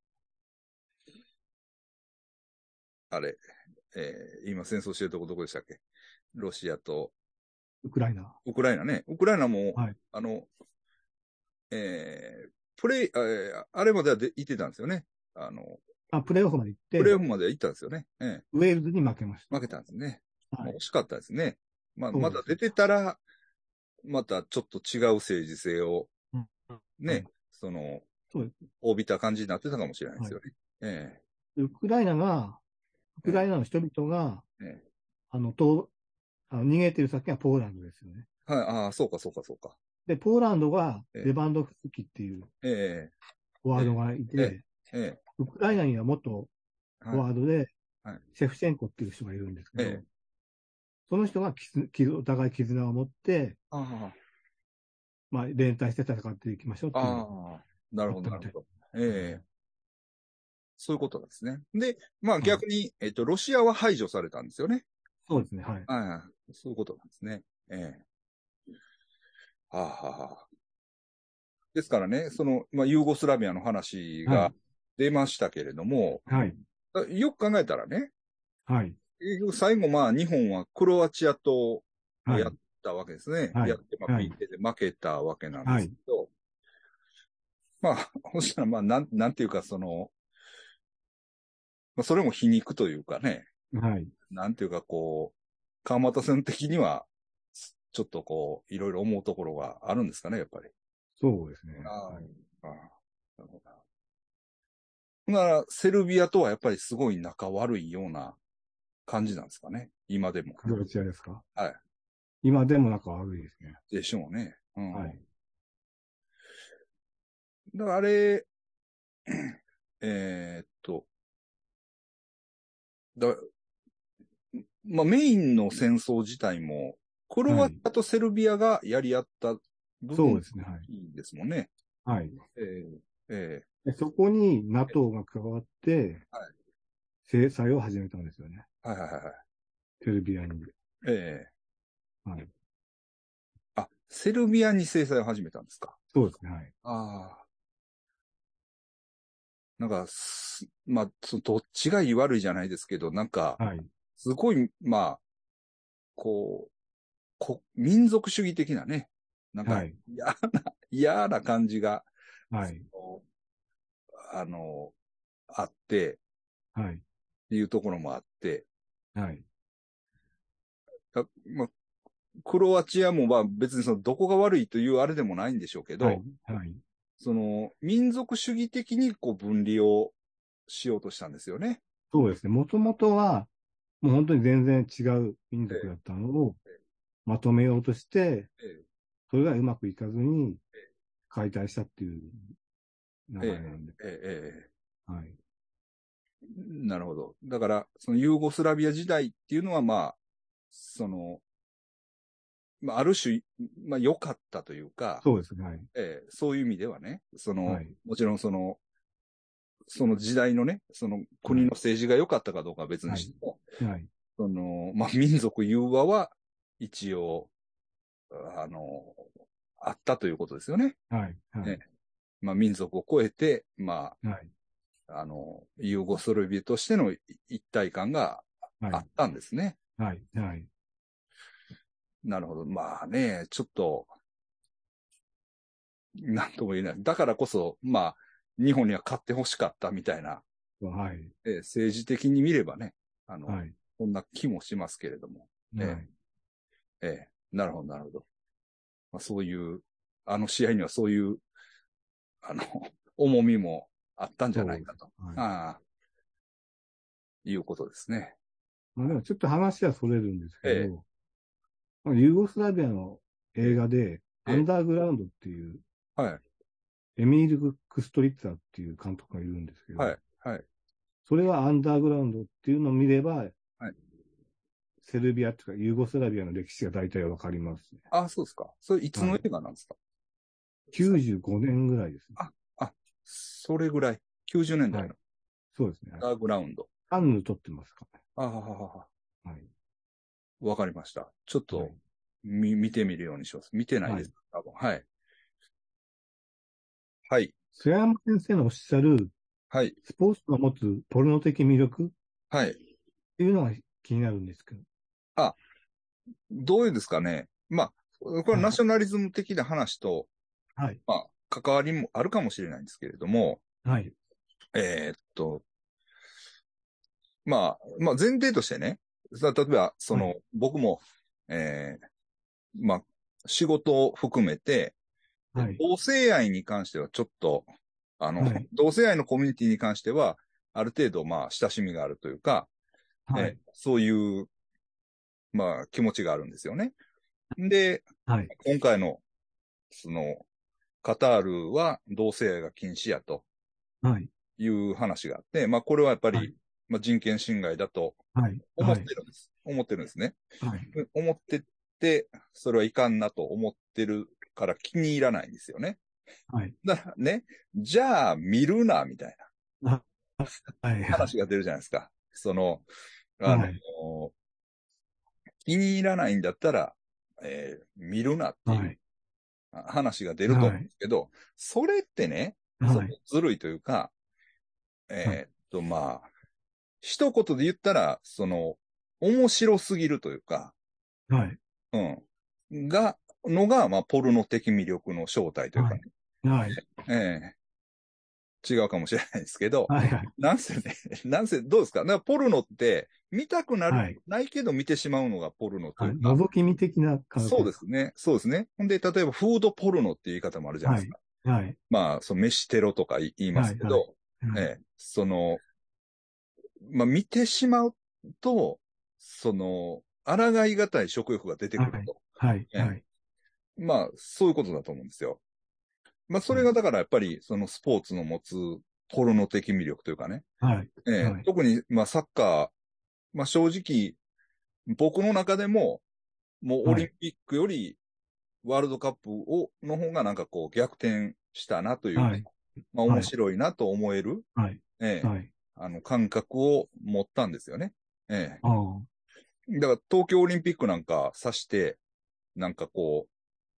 あれ、今戦争してるとこどこでしたっけ？ロシアとウクライナ。 ウクライナね。ウクライナも、 はい。 あの、プレイ、あれまでは行ってたんですよね。あの、 プレーオフまで行っプレイオて、 フまでは行ったんですよね。 ウェールズに負けまし負けたんですね。 た。はい。 まあ惜しかったですね。まあ、 そうです。 まだ出てたら、またちょっと違う政治性をうん。はね、 い。 その、 そうです。 帯びた感じになってたかもしれないではい。 すよね。えでウええクライナの人々が、 えええあの、と逃げてる先はポーランドですよね。 はい、そうか、そうか、そうか。 で、ポーランドがレえバンドフスキっていうえフォワードええがいええて、 ええウクライナには元フォはい、 ワードではい、 シェフチェンコっていう人がいるんですけど、 ええその人がお互い絆を持って、 あまあ、連帯して戦っていきましょうっていう、 なるほど、 あったみたい。 なるほど。そういうことなんですね。で、まあはい。 逆に、ロシアは排除されたんですよね。 そうですね。はい。 そういうことなんですね。はあ、はあはあ、ですからね、まあ、ユーゴスラビアの話がはい。 出ましたけれども、 はい。 よく考えたらね、 はい。 結局最後まあ日本はクロアチアとはい。 やったわけですね。 はい。 やって、まあはい。 PK で負けたわけなんではい。 すけど、 まあ、そしたら、まあ、なんていうか、まあ、それも皮肉というかね、 はい。 なんていうか、こう、川又さん的には、ちょっとこう、いろいろ思うところがあるんですかね、やっぱり。 そうですね。 あはい。 あ、ああ、なるほど。だから、セルビアとはやっぱりすごい仲悪いような感じなんですかね、今でも。 クロアチアですか？ はい。 今でも仲悪いですね。 でしょうね。うん。 はい。 だからあれ、えーっと、だ、まあ、メインの戦争自体も、クロはい。 アチアとセルビアがやり合った部分そうですね。はい。 いいですもんね。 はい。 えーえでそこに NATO が加わって、 はい。 制裁を始めたんですよね。 はいはいはいはい。 セルビアに。 ええはい。 あ、セルビアに制裁を始めたんですか？ そうですね。はい。 ああ。なんか、まあ、どっちがいい悪いじゃないですけど、なんか、 はい。 すごい、まあ、こう、民族主義的なね、なんか、 はい。 嫌な感じが、 はい。 そあの、あって、っはい。 ていうところもあって、 はい。 まあ、クロアチアもまあ別にどこが悪いというあれでもないんでしょうけはい。 ど、 はい。 民族主義的にこう分離をしようとしたんですよね。 そうですね。もともとは、もう本当に全然違う民族だえったのをまとめようとして、 え、 それがうまくいかずに解体したっていう流ええ、 れなんで。 ええ、ええ、 はい。 なるほど。だから、そのユーゴスラビア時代っていうのはまあ、その、まあ、ある種、まあ良かったというか、 そうですね。はい。 そういう意味ではね、 はい。 もちろんその時代のね、その国のはい。 政治が良かったかどうかは別にはい。 しても、 はい。 まあ、民族融和は一応、あの、あったということですよね。 はい。はね。 い。 まあ、民族を超えて、まはい。 あ、ユーゴスラビアとしての一体感がはい。 あったんですね。 はい。はい。 なるほど。まあね、ちょっと、なんとも言えない。だからこそ、まあ、日本には勝ってほしかったみたいな、 はい。 政治的に見ればね、 はい。 そんな気もしますけれども。えはい。 なるほど、なるほど。まあ、そういう、あの試合にはそういう、あの、重みもあったんじゃなそうです。 いかと。 はい。 ああ、いうことですね。 まあでもちょっと話はそれるんですけえど、ユーゴスラビアの映え、 画で、 ええ、 アンダーグラウンドっていう、 はい、 エミール・クストリッツァっていう監督がいるんですけど、 はい、はい、 それはアンダーグラウンドっていうのを見れば、 はい。 セルビアっていうか、ユーゴスラビアの歴史が大体わかりますね。 あ、そうですか。それいつのはい。 映画なんですか？ 95年ぐらいですね。 あ、それぐらい。90年代のはい。そうですね。はい。 アンダーグラウンド。 カンヌ撮ってますかああ、 ね。はい。 わかりました。ちょっと、 はい。 見てみるようにします。見てないはい。 です。多分。はい。はい。 須山先生のおっしゃる、 はい。 スポーツの持つポルノ的魅力っはい。 ていうのが気になるんですけど。 あ、どういうんですかね。まあ、これははい。 ナショナリズム的な話と、 はい。 まあ、関わりもあるかもしれないんですけれども、 はい。 えーっと、まあ、前提としてね、例えば、 はい。 僕も、えまあ、仕事を含めて、 はい。 同性愛に関してはちょっと、 はい。 同性愛のコミュニティに関しては、ある程度、まあ、親しみがあるというか、 はい。 そういう、まあ、気持ちがあるんですよね。で、 はい。 今回の、その、カタールは同性愛が禁止やとはい。 いう話があって、まあ、これはやっぱり、 はい。 まあ、人権侵害だとはい。 思っはい。 てるんです。思ってるんですね。 はい。 思ってて、それはいかんなと思ってるから気に入らないんですよね。 はい。 だからね、じゃあ見るな、みたいなはい。はい。 話が出るじゃないですか。あの、 はい。 気に入らないんだったら、見るなっていうはい。 話が出ると思うんではい。 すけど、それってね、 はい。 ずるいというか、 はい。 まあ、一言で言ったら、面白すぎるというか、 はい。 うん、まあ、ポルノ的魅力の正体というかね。 はい。はい。 ええ違うかもしれないですけど、 はいはい。 なんせね、なんせ、どうですか？だからポルノって、見たくなる、 はい。 ないけど見てしまうのがポルノといはい。 うか、 覗き見的な感覚そうですか？ ですね。そうですね。ほんで、例えばフードポルノっていう言い方もあるじゃないではい。 すか。 はい。 まあ、その飯テロとか言いまはい。はい。 すけど、 はい。 まあ見てしまうと、抗いがたい食欲が出てはい。 くると。 はい。 ええ、 はい。 まあ、そういうことだと思うんですよ。まあ、そはい。 れがだからやっぱり、そのスポーツの持つポルノ的魅力というかね。 はい。 ええ、 はい。 特に、まあ、サッカー、まあ、正直、僕の中でも、もうオはい。 リンピックよりワールドカップの方がなんかこう逆転したなというか、 はい。 まあ、面はい。 白いなと思える、 はい。 ええ、 はい。 感覚を持ったんですよね。えああ。 え。だから東京オリンピックなんかさして、なんかこう、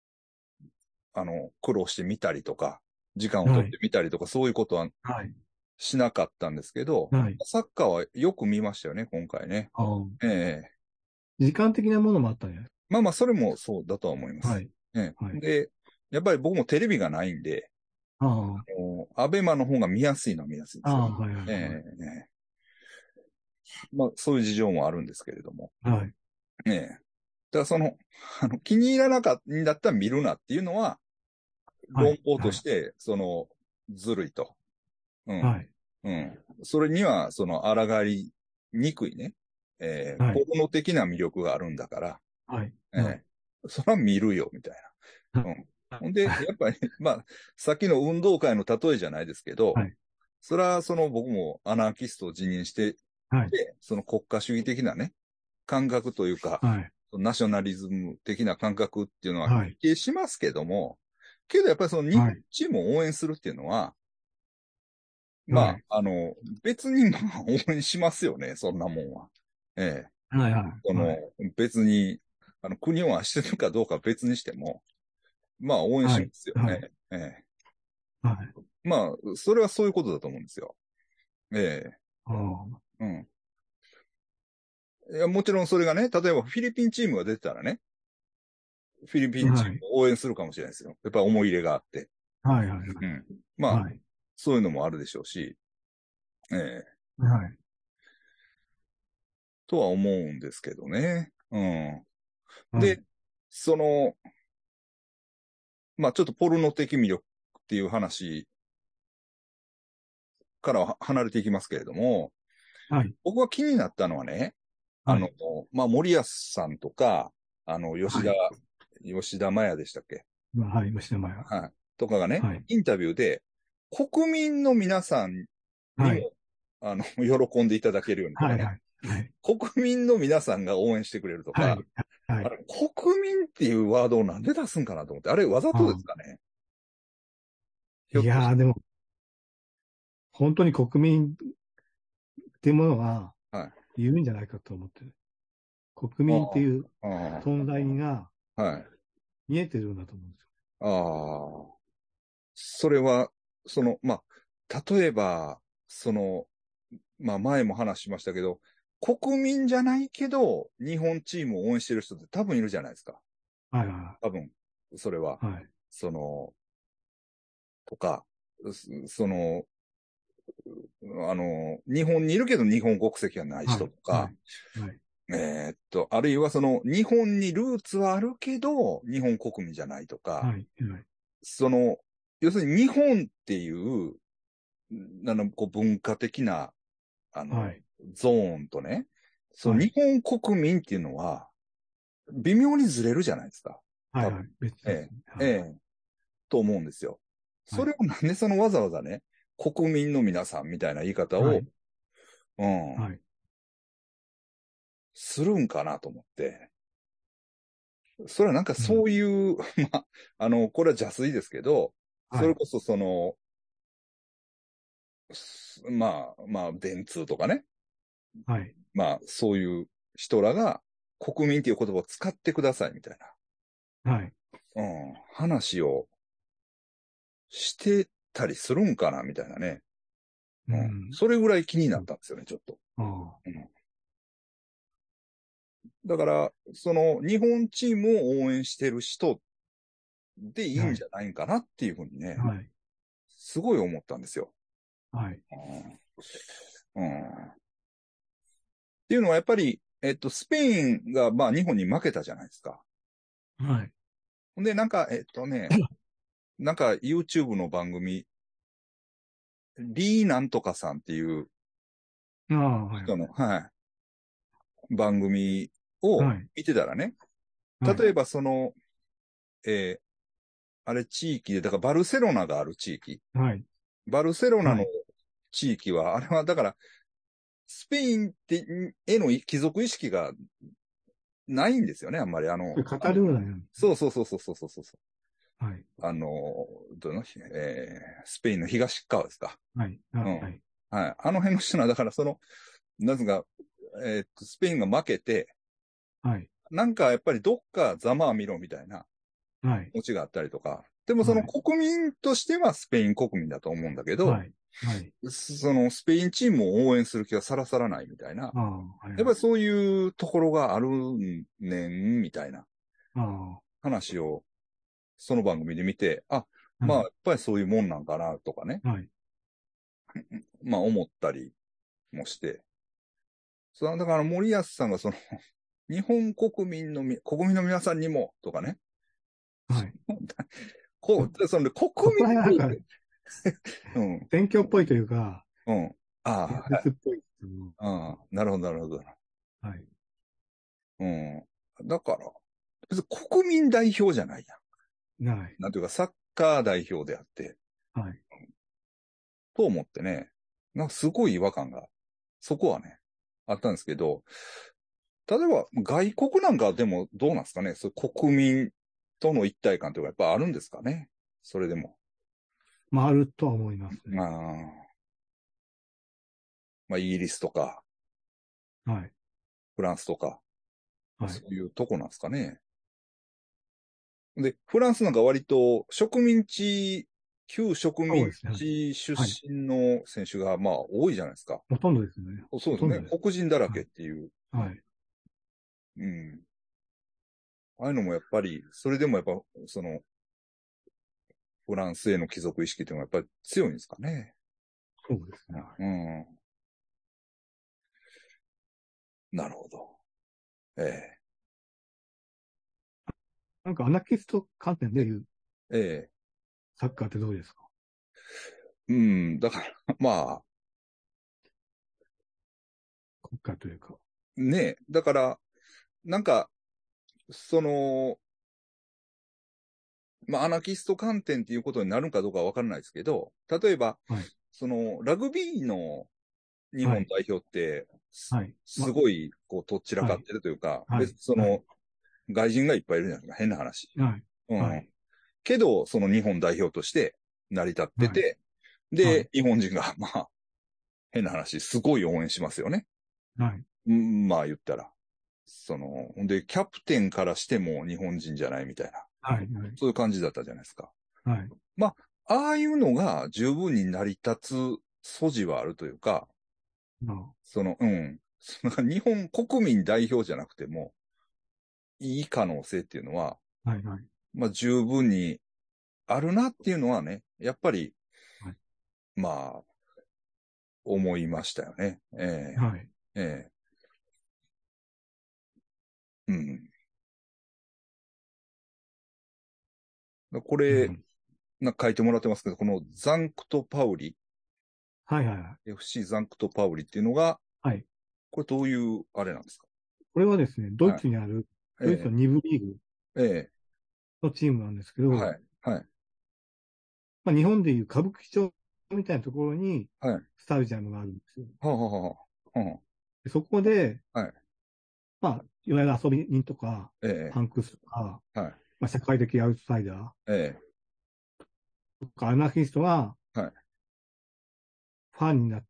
苦労してみたりとか、時間を取ってはい。 みたりとか、そういうことははい。 しなかったんですけど、 はい。 サッカーはよく見ましたよね、今回ね。 ああ。 ええ。 時間的なものもあったんじゃない？ まあまあ、それもそうだとは思います。 はい。 ええ。 はい。 で、やっぱり僕もテレビがないんで、 ああ。 アベマの方が見やすいのは見やすいんでああ。 すよね。 はい。はい。 えはい。 え、ええ、まあ、そういう事情もあるんですけれども。 はい。 ええ。だから気に入らなかったんだったら見るなっていうのは、 はい。 論法とはい。 して、ずるいと。うん。 はい。 うん。それには、抗いにくいね、ポはい。 ルノ的な魅力があるんだから、 はい。 えはい。 それは見るよ、みたいな。うん。ほんで、やっぱり、まあ、さっきの運動会の例えじゃないですけど、 はい。 それは僕もアナーキストを辞任して、 はい。 で、その国家主義的なね、感覚というか、 はい。 ナショナリズム的な感覚っていうのははい。 否定しますけども、けどやっぱりその日本はい。 チームを応援するっていうのは、まはい。 あ、別にまあ応援しますよね、そんなもんは。ええ。 はい。はい。はい。 別に、国を愛してるかどうかは別にしても、まあ応援しまはい。 すよね。 はい。 ええ。 はい。 まあ、それはそういうことだと思うんですよ。ええ。 ああ。 うん。いや、もちろんそれがね、例えばフィリピンチームが出てたらね、フィリピンチーはい。 ムを応援するかもしれないですよ。やっぱり思い入れがあって。 はい。はい。 うん。まあ、 はい。 そういうのもあるでしょうし、ええ。 はい。 とは思うんですけどね。うん。 はい。 で、その、まあちょっとポルノ的魅力っていう話からは離れていきますけれども、 はい。 僕が気になったのはね、あの、 はい。 まあ森保さんとか、 はい。 吉田麻也でしたっけ？ はい。虫の前は。 はい。とかがね、 はい。 インタビューで、国民の皆さんにも、 はい。 喜んでいただけるようにとかはい。 ね、 はい。はい。 国民の皆さんが応援してくれるとか、 はい。はい。 あれ、国民っていうワードをなんで出すんかなと思って、あれわざとですああ。 かね？ひょっとして。 いやー、でも、本当に国民っていうものははい。 いるんじゃないかと思ってる。国あ民っていうあ、あ存在があ、はい。 見えてるんだと思うんですよ。 ああ、それは、まあ、例えば、まあ前も話しましたけど、国民じゃないけど、日本チームを応援してる人って多分いるじゃないですか。 はいは多分、それは。 い。はい。 その、とか、その、日本にいるけど日本国籍がないはい。 人とか、 はい。はい。 あるいは日本にルーツはあるけど、日本国民じゃないとか、 はい。はい。 その、要するに日本っていう、こう文化的な、あの、 はい。 ゾーンとね、日はい。 本国民っていうのは、微妙にずれるじゃないですか。 はい。 多分。 はい。別ええ、 ですね。 えはい。 え、と思うんですよ。 はい。 それをなんでわざわざね、国民の皆さんみたいな言い方を、 はい。 うん、 はい。 するんかなと思って。それはなんかうん。 そういう、まあ、これは邪推ですけど、 はい。 それこそまあ、電通とかね。 はい。 まあ、そういう人らが国民っていう言葉を使ってくださいみたいはい。 な、話をしてたりするんかなみたいなね。 うん。 それぐらい気になうん。 ったんですよね、ちょっと。 ああ。 うん、だから、日本チームを応援してる人でいいんはい。 じゃないかなっていうふうにね、 はい。 すごい思ったんですよ。 はい。 うん。っていうのはやっぱり、スペインが、まあ、日本に負けたじゃないですか。 はい。 ほんで、なんか、なんか YouTube の番組、リーなんとかさんっていうああ、はい。 人の、はい、番組をはい。 見てたらね、 はい。 例えばその、えーあれ地域で、だからバルセロナがある地域。 はい。 バルセロナのはい。 地域は、あれはだから、スペインってへの貴族意識がないんですよね、あんまり。 カタルーラなんですね。 そうそうそうそうそうそうそう。 はい。 あの、どの、スペインの東側ですか。 はい。はうん。 い。 はい。あの辺の人は、だからその、なんすか、スペインが負けて、 はい。 なんかやっぱりどっかざまあ見ろみたいなはい。 気持ちがあったりとか。でもそのはい。 国民としてはスペイン国民だと思うんだけど、 はい。はい。 そのスペインチームを応援する気がさらさらないみたいな。 ああ、はい。はい。 やっぱりそういうところがあるねん、みたいなああ、 話をその番組で見て、あ、まあやはい。 っぱりそういうもんなんかなとかね。 はい。 まあ思ったりもして。だから森保さんがその、日本国民の皆さんにも、とかね。 はい。 その国そこら辺なんか、 民に、うん、 選挙っぽいというか、 うん。 演ああ、はい。 説っぽいですけど。 ああ、なるほど、なるほど。 はい。 うん。だから、別に国民代表じゃないやない。 ん。なんていうか、サッカー代表であって、 はい。 と思ってね、なんかすごい違和感が、そこはね、あったんですけど、例えば外国なんかでもどうなんですかね、そう国民との一体感というかやっぱあるんですかね、それでも。 まあ、あるとは思いますまね。 あ、まあ、イギリスとか、 はい。 フランスとか、 はい。 そういうとこなんですかね。で、フランスなんか割と植民地、旧植民そうですね。 地出はい。 身の選手がまあ多いじゃないですか。 ほとんどですね。 そうですね。 ほとんどです。 黒人だらけっはい。 ていう。 はい。 うん。ああいうのもやっぱり、それでもやっぱ、その、フランスへの貴族意識っていうのはやっぱり強いんですかね。 そうですね。 うん。なるほど。えなんかアナキスト観点でいうえ、ええ。 サッカーってどうですか？ うん。だから、まあ、 国家というか。 ね。だから、なんか、その、まあ、アナキスト観点っていうことになるのかどうかはわからないですけど、例えば、 はい。 その、ラグビーの日はい。 本代表って、 はい。 すごい、こう、とっちらはい。 かってるというか、 はい。 別にそはい。 の、外人がいっぱいいるじゃないですか、変な話。 はい。 うん。 はい。 けど、その日本代表として成り立ってはい。 て、 はい。 で、日本人が、まあ、変な話、すごい応援しますよね。 はい。 まあ言ったら。その、で、キャプテンからしても日本人じゃないみたいな、 はい。はい。 そういう感じだったじゃないですか。 はい。 まあ、ああいうのが十分に成り立つ素地はあるというか、 まあ、 その、うん。その日本国民代表じゃなくても、いい可能性っていうのは、 はい。はい。 まあ十分にあるなっていうのはね、やっぱり、 はい。 まあ、思いましたよね。えはい。 え、ええ、うん。これ、 うん。 なんか書いてもらってますけど、このザンクトパウリ、 はい。はい。はい。 FC ザンクトパウリっていうのが、 はい。 これどういう、あれなんですこれはですね、ドイか？はい。 ツにある、ドイツのえ 2部リーグえ、ええ、 のチームなんですけど、 はい、はい、 まあ、日本でいう歌舞伎町みたいなところにはい、 スタジアムがあるんですよ。 はあ、はあ、はあ、はでそこで、 あ、はい、 まあ、いわゆる遊び人とか、 ええ、 パンクスとか、 はい、 まあ、社会的アウトサイダーええ、 とか、アナキストがはい、 ファンになって、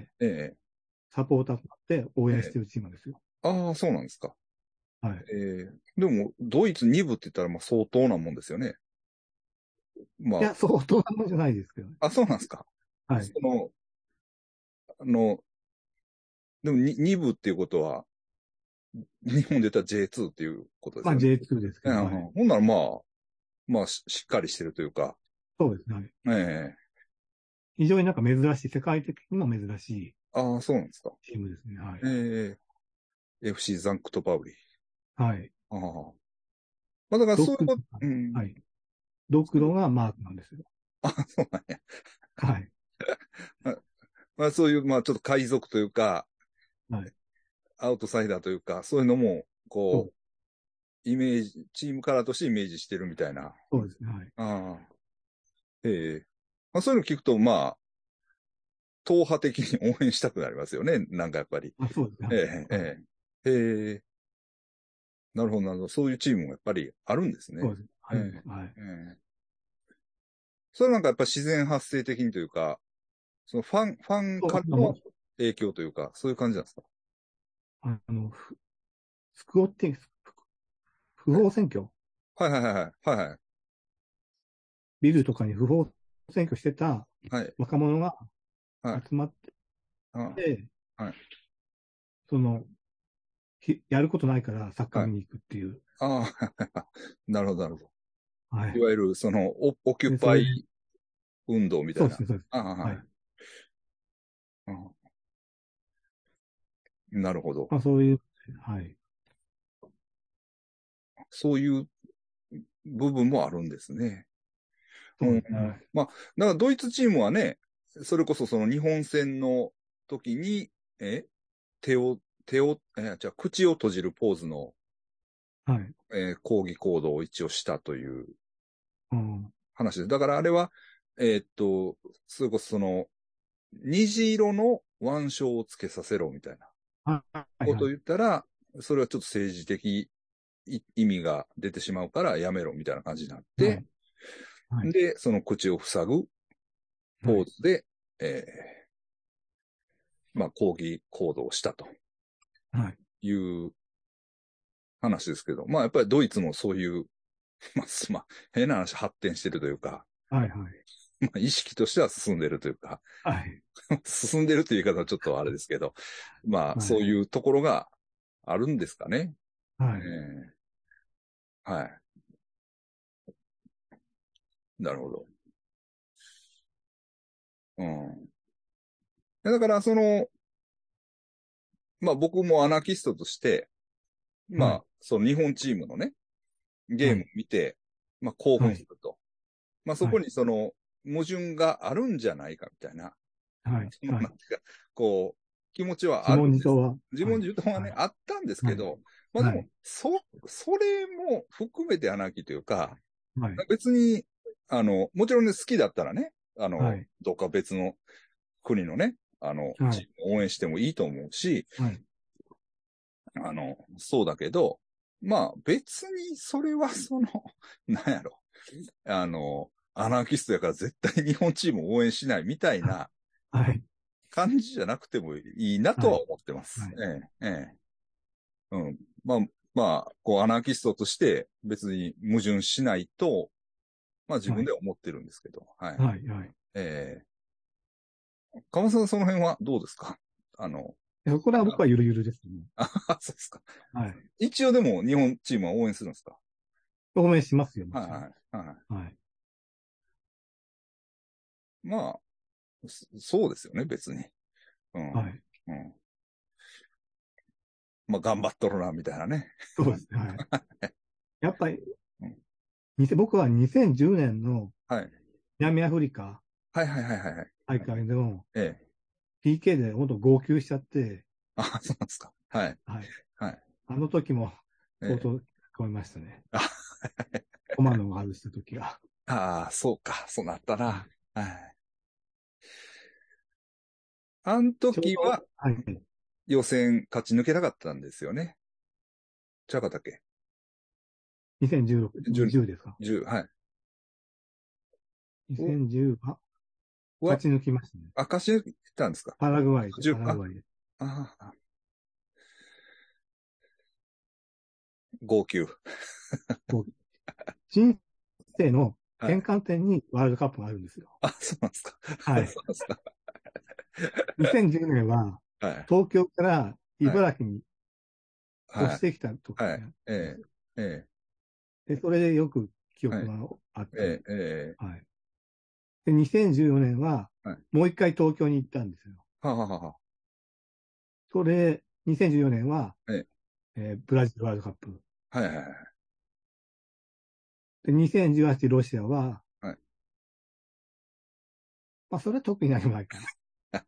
ええ、 サポーターとなって応ええ、 援してるチームなんですよ。 ああ、そうなんですか。 はい。 ええ、でも、ドイツ2部って言ったら、まあ相当なもんですよね。まいや、相当なもんじゃないですけどね。 あ、そうなんですか。 はい。 その、あの、でも2部っていうことは、日本で言ったら J2 っていうことですまあよね。 J2 ですけど、はい。 ほんならまあ、まあしっかりしてるというか、 そうですね。はい。 ええ、 非常になんか珍しい、世界的にも珍しいああ、そうなんですか。 チームですね。はい。 FC ザンクトパウリ。 はい。 ああ。まあだからドック、 そういうこと、うん。 はい。ドクロがマークなんですよ。 あ、そうなんや。 はい。 まあそういう、まあちょっと海賊というか、 はい。 アウトサイダーというか、そういうのも、こそう、 う、イメージ、チームカラーとしてイメージしてるみたいな。 そうですね。はい。 ああ。ええ。まあそういうの聞くと、まあ、党派的に応援したくなりますよね。なんかやっぱり。 あ、そうですね。はい。 ええ、 はい。 ええ。ええ。なるほど、なるほど。そういうチームもやっぱりあるんですね。 そうですね。あええ、 るんです。はい。 ええ。それはなんかやっぱ自然発生的にというか、そのファンそう、 からの影響というか、そういう感じなんですか？ スクオッティング、不法占拠、 はいはいはいはい。はいはい。 ビルとかに不法占拠してたはい。 若者がはい。 集まっあ、 て、 はい。 その、やることないからサッカーはい。 見に行くっていう。 ああ、なるほど、なるほど。 はい。 いわゆる、その、オキュで、それで、 パイ運動みたいな。 そうですね、そうです。 ああ、はい。 はい。 ああ、なるほど。 まあ、そういう、はい。 そういう部分もあるんですね。うん。 そうですね。はい。 まあ、だからドイツチームはね、それこそその日本戦の時に、じゃあ口を閉じるポーズの、 はい。 抗議行動を一応したといううん。 話です。だからあれは、えーっと、それこそその、虹色の腕章をつけさせろみたいなはい、 ことをはい。 言ったら、それはちょっと政治的意味が出てしまうからやめろみたいな感じになって、 はい。はい。 で、その口を塞ぐはい。 ポーズで、えまあ、抗議行動をしたとはい。 いう話ですけど、まあ、やっぱりドイツもそういう、まあ、変な話発展してるというか、 はい。はい。 まあ、意識としては進んでるというか、 はい。 進んでるという言い方はちょっとあれですけど、まあ、そういうところがあるんですかね。 はい。 えはい。なるほど。うん。だから、その、まあ僕もアナキストとして、まはい。 あ、その日本チームのね、ゲームをはい。 見て、まあ興はい。 奮すると。まあそこはい。 にその矛盾があるんじゃないかみたいな、 はい。 そのはい。 なんていうか、こう、気持ちは自あるんです。 問自答は、 自はい。 問自答はね、 はい。 あったんですけはい。 ど、まあでも、 はい。 それも含めてアナーキーというか、 はい。 別に、もちろんね、好きだったらね、 はい。 どっか別の国のね、チーはい。 ムを応援してもいいと思うし、 はい。 そうだけど、まあ別にそれはその、なんやろ、アナーキストやから絶対日本チームを応援しないみたいなはい。 感じじゃなくてもいいなとはい。 は思ってます。 はい。 うん。まあ、こう、アナーキストとして別に矛盾しないと、まあ自分では思ってるんですけど、はい。 はい。はい。 え川さんその辺はどうですか？ これは僕はゆるゆるですね。 そうですか。 はい。 一応でも日本チームは応援するんですか？ 応援しますよ、もちろん。 はいはい。はい。 はい。 まあ、そうですよね、別に。うん。 はい。 うん。まあ、頑張っとるな、みたいなね。 そうですね。はい。やっぱり、 うん。 僕は2010年のはい。 南アフリカはいはいはいはいはい。 大会のええ。 PK で本当号泣しちゃって、 あ、そうなんですか。はい。 はい。 はい。 あの時もええ。 相当聞こえましたね。 あ、 コマの外した時は。 ああ、そうか。そうなったはい。 な。はい。あのちょうど、 時ははい。 予選勝ち抜けなかったんですよね。ちゃうかったっけ？ 2016、 10、 20ですか？ はい。 2010はは、 勝ち抜きましたね。 勝ち抜いたんですか？ パラグアイで、パ 10、 ラグアイで。 あ、あ、号泣。 こう人生のはい。 転換点にワールドカップがあるんですよ。 あ、そうなんですか。 はそうい。 なんですか。 2010年ははい。 東京からはい。 茨城に越はい。 してきた時はい。 なんええ、 ですよ。 え、 で、それでよく記はい。 憶があっええ、 て、 ええ、 はい。 で、2014年は、 はい。 もう一回東京に行ったんですよ。 はあはあはあ。 それ、2014年は、 ええ。 ブラジルワールドカップ。 はいはいはい。 で、2018ロシアは、 はい。 まあ、それは特に何もないかな。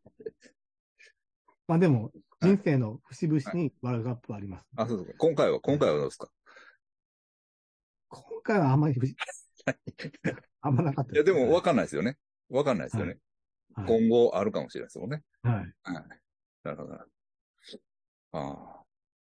まあでも、 はい。 人生の節々 はい。 にワールドカップはありますんあ、 で。 そうですか。今回はどうですか？ 今回はあんまり、あんまなかったいや、 ですね。 でも分はい。 かんないですよね。分かんないですよはい。 ね。 はい。 今後あるかもしれないですもんね。 はい。 はい。なるほど。ああ。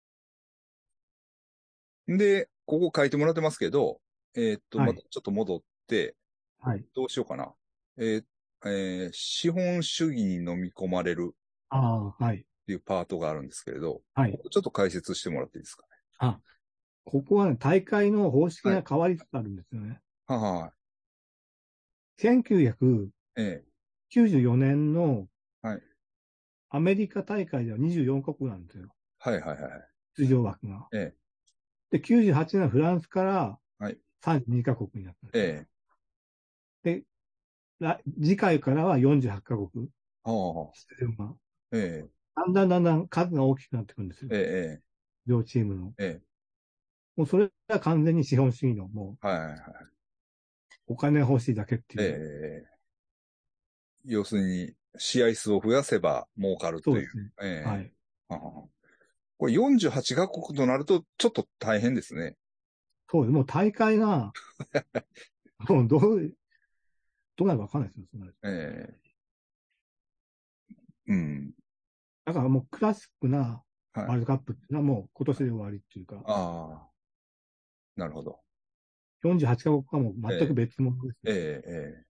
で、ここ書いてもらってますけど、 はい。 またちょっと戻って、 はい。 どうしようかな。えー資本主義に飲み込まれるああ、はい。 っていうパートがあるんですけれど、 はい。 ちょっと解説してもらっていいですかね。 あ、ここはね、大会の方式はい。 が変わりつつあるんですよね。 はは 1994 ええ。 年のはい。 アメリカ大会では24カ国なんですよ。 はいはいはい。 出場枠が。 ええ。 で、98年はフランスからはい。 32カ国になったんですよ。 ええ。 で、次回からは48カ国はあはあ。 出場が。 ええ。 だんだん数が大きくなってくるんですよ。 ええ。 両チームの。 ええ。ええ。 もうそれは完全に資本主義のもうはいはいはい。 お金が欲しいだけってえいう。 え。要するに、試合数を増やせば儲かるという。 そうですね。 ええ。 はい。 はあはあ。これ48カ国となると、ちょっと大変ですね。 そうです。もう大会が、もうどうなるかわかんないですよ。そんなのええ。うん。 だからもうクラシックなはい。 ワールドカップっていうのはもう今年で終わりっていうか、 ああ、なるほど。 48カ国はもう全くえ別物ですえ、えね。 え、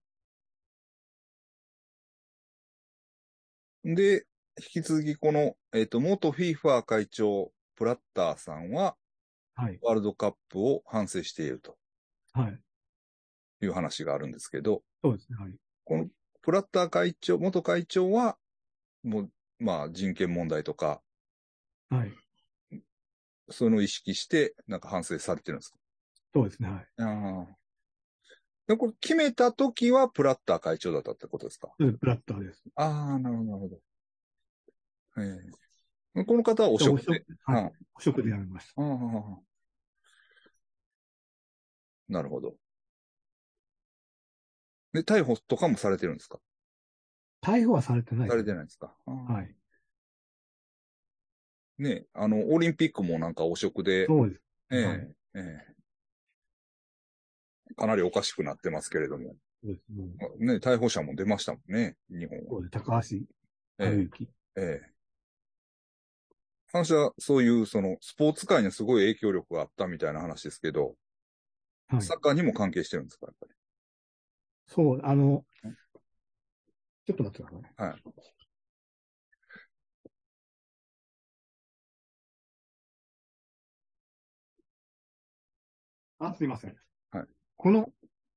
ええ。で、引き続きこの、元フィーファー会長、プラッターさんは、 はい。 ワールドカップを反省しているとはい。 いう話があるんですけど、 そうですね。はい。 このプラッター会長、元会長は、もう、まあ人権問題とか、 はい。 そういうのを意識して、なんか反省されてるんですか？ そうですね。はい。 ああ。で、これ決めた時はプラッター会長だったってことですか？ それでブラッターです。 ああ、なるほど、なるほど。この方はおで、 職で。 はい。汚職でやめました。 あ、なるほど。で、逮捕とかもされてるんですか？ 逮捕はされてないされですね。 てないんですか？ はい。 ね、オリンピックもなんか汚職で、 そうです。 えはい。 え、かなりおかしくなってますけれども。 そうです。もう、 ね、逮捕者も出ましたもんね、日本は。 そうです。高橋治え之。 え、ええ。話はそういう、スポーツ界にすごい影響力があったみたいな話ですけど、 はい。 サッカーにも関係してるんですか、やっぱそう、ちょっと待ってくださいね。 り。はい。 あ、すいません。 はい。 この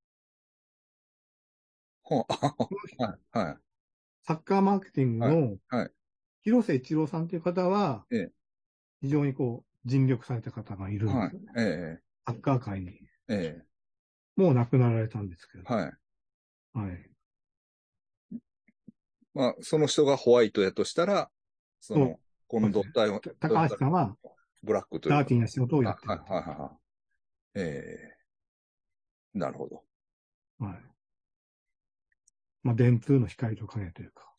ほはい、はい、 サッカーマーケティングはい、 のはい。 広瀬一郎さんという方は、 ええ、 非常に尽力された方がいるんではい、 すよね。 えサッカー界に。 え、ええ、 もう亡くなられたんですけど。 はい。 はい。 まあ、その人がホワイトやとしたら、そその、こうですね。 のドッタイドッタイ高橋さんはブラックというか、 ダーティーな仕事をやあ、はい、 ってるっていう。 はい、はい。ええ、なるほど。 はい。まあ、電通の光と影というか。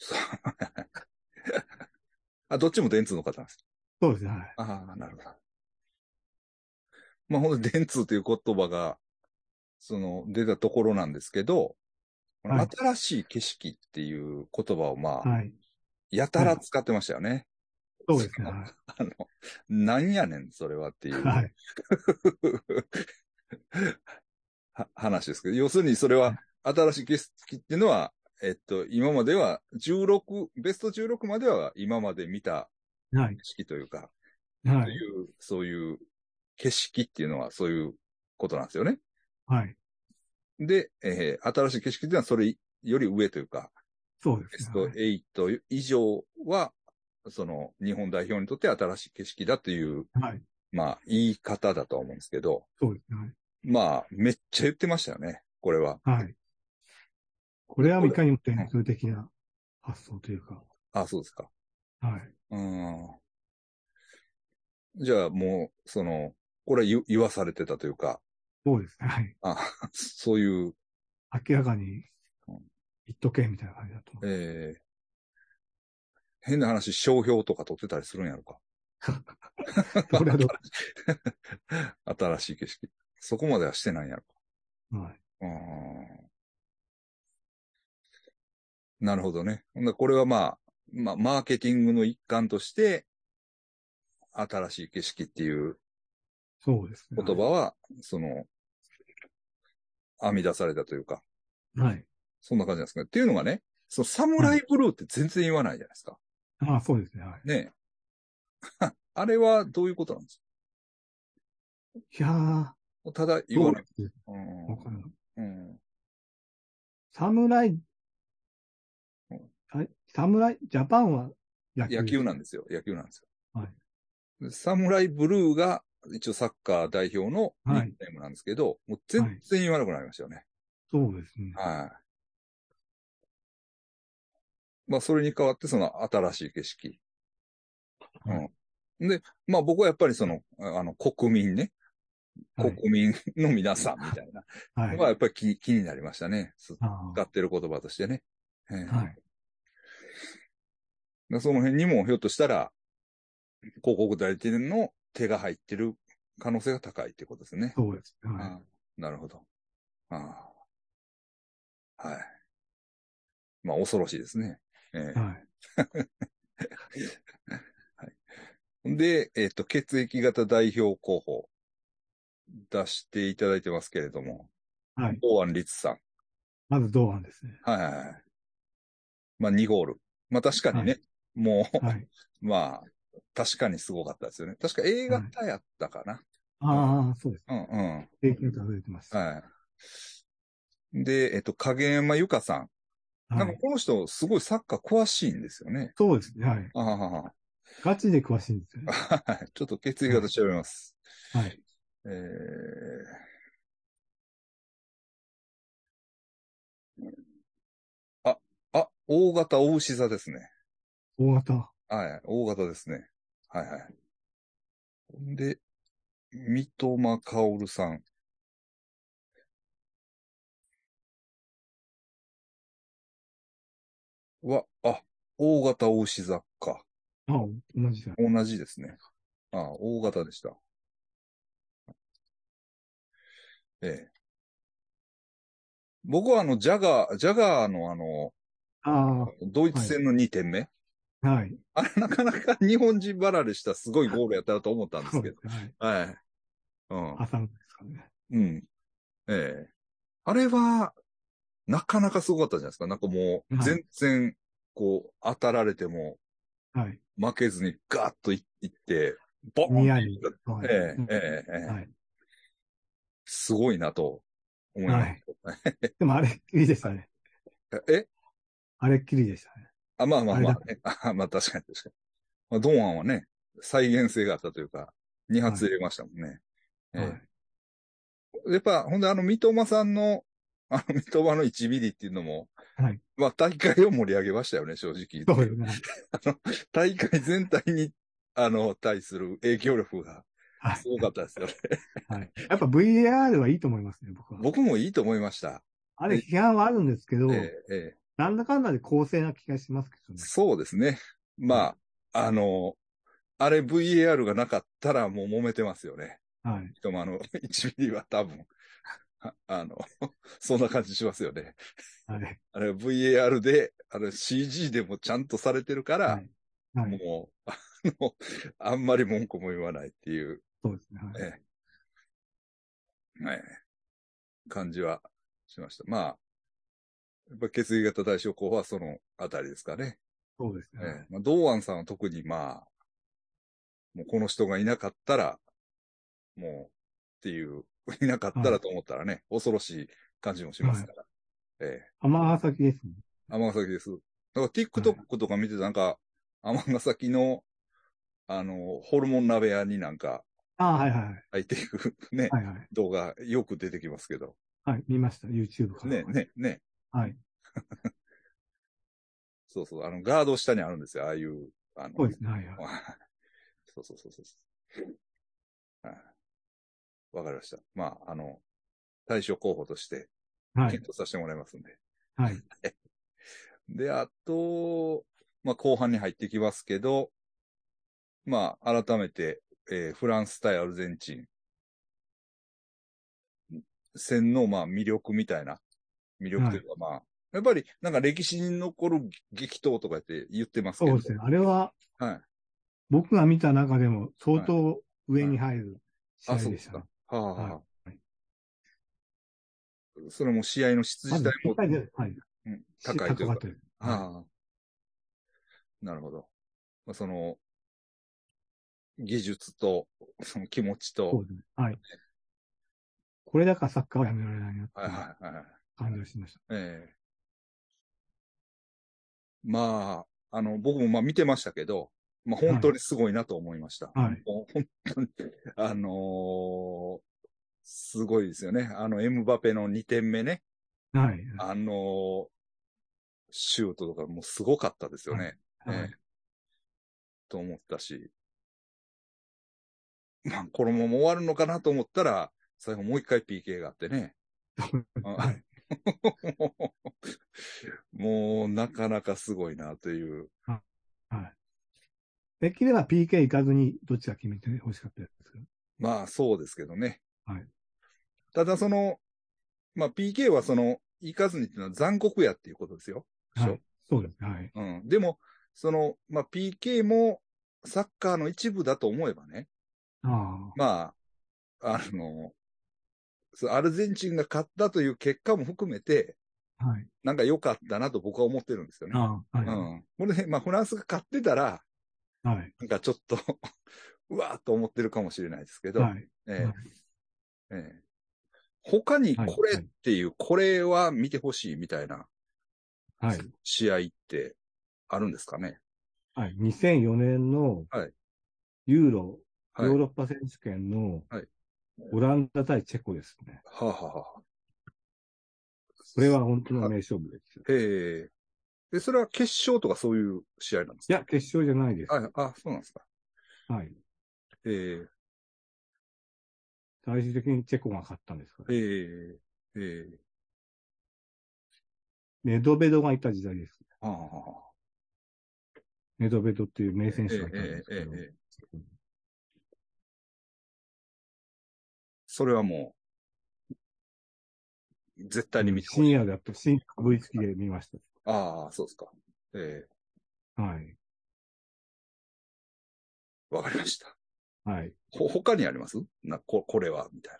あ、どっちも電通の方なんです。 そうですね。はい。 ああ、なるほど。まあ、ほんと電通という言葉が、出たところなんですけど、 はい。 新しい景色っていう言葉をまあ、 はい。 やたはい。 ら使ってましたよね。 そうですね。はい。 あの、なんやねん、それはっていうはい。 話ですけど、要するにそれは、新しい景色っていうのは、今までは16、ベスト16までは今まで見たはい。 景色というか、 はい。 そういう景色っていうのはそういうことなんですよね。 はい。 で、新しい景色っていうのはそれより上というか、 そうですね。 ベストはい。 8以上は、日本代表にとって新しい景色だという、 はい。 まあ、言い方だと思うんですけど、 そうですね。 まあ、めっちゃ言ってましたよね、これは。 はい。はい。 これはいかにも伝統的な発想というか。 あ、そうですか。 はい。 うん。じゃあもう、これは言わされてたというか、 そうですね。はい。 あ、そういう、 明らかにうん言っとけみたいな感じだと思う。 えー変な話、商標とか取ってたりするんやろか。 それはど新しい景色。そこまではしてないんやろか。 う、はい。 うん。なるほどね。ほんでこれはマーケティングの一環として、新しい景色っていうそうですね。 言葉は、編み出されたというか、 はい。 そんな感じなんですね。っていうのがね、サムはい。 ライブルーって全然言わないじゃないですか。 ああ、そうですね。はい。 ねえ。あれはどういうことなんですいやー、 か？ただ言わない。 どうですうん。 わかんない。 うん。 侍、侍、ジャパンは野野球ですよね。 球なんですよ。野球なんですはい。 よ。サムライブルーが一応サッカー代表のニックはい。 ネームなんですけど、もう全はい。 然言わなくなりましたよね。 そうですね。 はい。まあ、それに代わってその新しい景色。 はい。 うん。で、まあ僕はやっぱり国民ね。 はい。 国民の皆さんみたいなはい。 のがやっぱり気になりましたね。使あってる言葉としてね。 あ。はい。 その辺にもひょっとしたら広告代理店の手が入ってる可能性が高いってことですね。 そうですね。はい。 ああ、なるほど。ああ、はい。まあ恐ろしいですね。えはい。 はい。で、血液型代表候補出していただいてますけれども、 はい。 堂安律さん。 まず堂安ですね。 はいはいはい。まあ2ゴール。まあ確かにはい。 ね、もはい。 う、まあ、確かにすごかったですよね。確か A はい。 型やったかな。うん、 ああ、そうです。 うん、うん。 経験が増えてます。 はい。で、影山由佳さん。なんかはい。 この人、すごいサッカー詳しいんですよね。 そうですね。はい。 あははは。 ガチで詳しいんですよね。 はい。ちょっと血液はい。 型調べます。 はい。 あ、大型大牛座ですね。 大型。 はい。大型ですね。はいはい。で、三笘薫さんは、大型大牛座か。 あ、同じだ。 同じですね。大型でした。ええ。僕はジャガーのああ、はい。 ドイツ戦の2点目。 はい。 あれなかなか日本人離れしたすごいゴールやったなと思ったんですけど。 そうですね。はい。 はい。うん。 挟むんですかね。 うん。ええ。あれは、なかなかすごかったじゃないですか。なんかもう、 はい。 全然、当たられても、 はい。 負けずにガーッといって、ボーンってニヤに。 いった。 はい。 ええ、 うん、 ええ、ええ。 はい。 すごいなと思いまはい。 す。 でもあれっきりでしたね。 えあれっきりでしたね。 まあまああれだ。 まあね。まあ確かに確かに。まあ、堂安はね、再現性があったというか、2 はい。 発入れましたもんね。えはい。 やっぱ、ほんで三笘さんの、三笘の1ミリっていうのも、 はい。 まあ大会を盛り上げましたよね、正直言って。 そうですね。はい。 大会全体に、対する影響力がはい。 すごかったですよね。 はい。やっぱ VAR はいいと思いますね、僕は。 僕もいいと思いました。 あれで批判はあるんですけど、 ええなんだかんだで公正な気がしますけどね。 そうですね。 はい。 まあれ VAR がなかったらもう揉めてますよね。 はい。 しかも1ミリは多分、そんな感じしますよね。 はい。 あれ VAR で、CG でもちゃんとされてるから、 はい。はい。 もう、の、あんまり文句も言わないっていう、 そうですね。はい。 え感じはしました。まあ、やっぱ血液型代表候補はそのあたりですかね。 そうですね。はい。 まあ、堂安さんは特にもうこの人がいなかったら、もうっていう、いなかったはい。 らと思ったらね、恐ろしい感じもしまはい。 すから。え尼崎ですね。 尼崎です。だからはい。 TikTok とか見てなんか、尼崎の、ホルモン鍋屋になんかああ、はいはいはい。 入っていくね、 はいはい。 動画よく出てきますけど。 はい。見ました。YouTube からね、 は。 ね、ね。 はい。 そうそう、ガード下にあるんですよ、ああいう、 そうですね。はいはい。 そうそうそうそう。はい、わかりました。まあ、対処候補としてはい。 検討させてもらいますんで。 はい。 で、あと、まあ、後半に入ってきますけど、まあ、改めて、フランス対アルゼンチン戦の、まあ、魅力みたいな、魅力とはい。 いうか、まあ、やっぱり、なんか歴史に残る激闘とかって言ってますけど、 そうですね。あれは、 はい、 僕が見た中でも相はい、 当上はい。 に入る試あ、 合でしたね。 そうですか。はあ、 はい。 はあ、それも試合の質まず、 自体も、 1回で、はい。 うん、高いというか、 高かったです。はい。 はあ、なるほど。まあ、その、技術と、その気持ちと、 そうですね。はい。これだからサッカーはやめられないなっはいていうはいはい。 感じがしましええ、まあ、僕もまあ見てましたけど、まあた。 本当はい。 にすごいなと思いました。 はい。 もう本当に、あのーすごいですよね。エムバペの2点目ね。 はい。 あのーシュートとかもうすごかったですよはい。 ね。 はい。 と思ったし。まあ、このまま終わるのかなと思ったら、最後もう一回 PK があってね。あはい。 もう、なかなかすごいなという。 はい。できれば PK 行かずにどっちか決めて欲しかったですけど。 まあ、そうですけどね。 はい。 ただまあ、PK は行かずにっていうのは残酷やっていうことですよ。 はい。そうです。はい。 うん。でも、まあ、PK もサッカーの一部だと思えばね。 あまあ、アルゼンチンが勝ったという結果も含めて、 あ。はい。 なんか良かったなと僕は思ってるんですよね。 ああ。はい。 うん。これで、まあ、フランスが勝ってたら、 はい。 なんかちょっとうわーっと思ってるかもしれないですけど、 はい。 えはい。 えええ、他にはい。 これっはい。 ていう、これは見てほしいみたいなはい。 試合ってあるんですかね。 はい。2004年のはい。 ユーロ、 はい。 ヨーロッパ選手権のはい。 オランダ対チェコですね。 はあ、はあはあ、 これは本当のは、 名勝負ですよ。 ええ、で、それは決勝とかそういう試合なんですか？ いや、決勝じゃないです。 そうなんですか。 はい。 え最終的にチェコが勝ったんですかえ、 ら。 ええ、 メドベドがいた時代です。 はあ、はあ、 メドベドっていう名選手がいたんでええ、ええ、 すけど。 ええ、それはもう、絶対にうん、 見てほしい。 深夜だと、新かぶりつきで見ましああ、そうですか。ええ、 た。はい。 わかりました。 はい。 他にありますこれは、みたい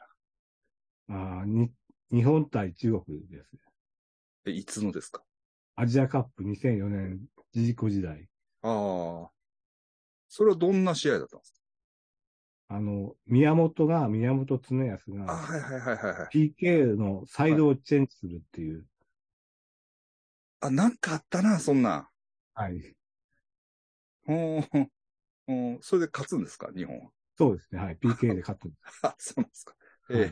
日本対中国ですね。 な。いつのですか？ アジアカップ2004年、ジジコ時代。 ああ、それはどんな試合だったんです宮本恒康か？あ、 がはいはいはいはいはい。 PK のサイはい。 ドをチェンジするっていう。 あ、なんかあったな、そんなん。 はい。 ほーん、ほーん、それで勝つんですか、日本は。 そうですね。はい。PK で勝ったんです。 あ、そうなんですか。 はい。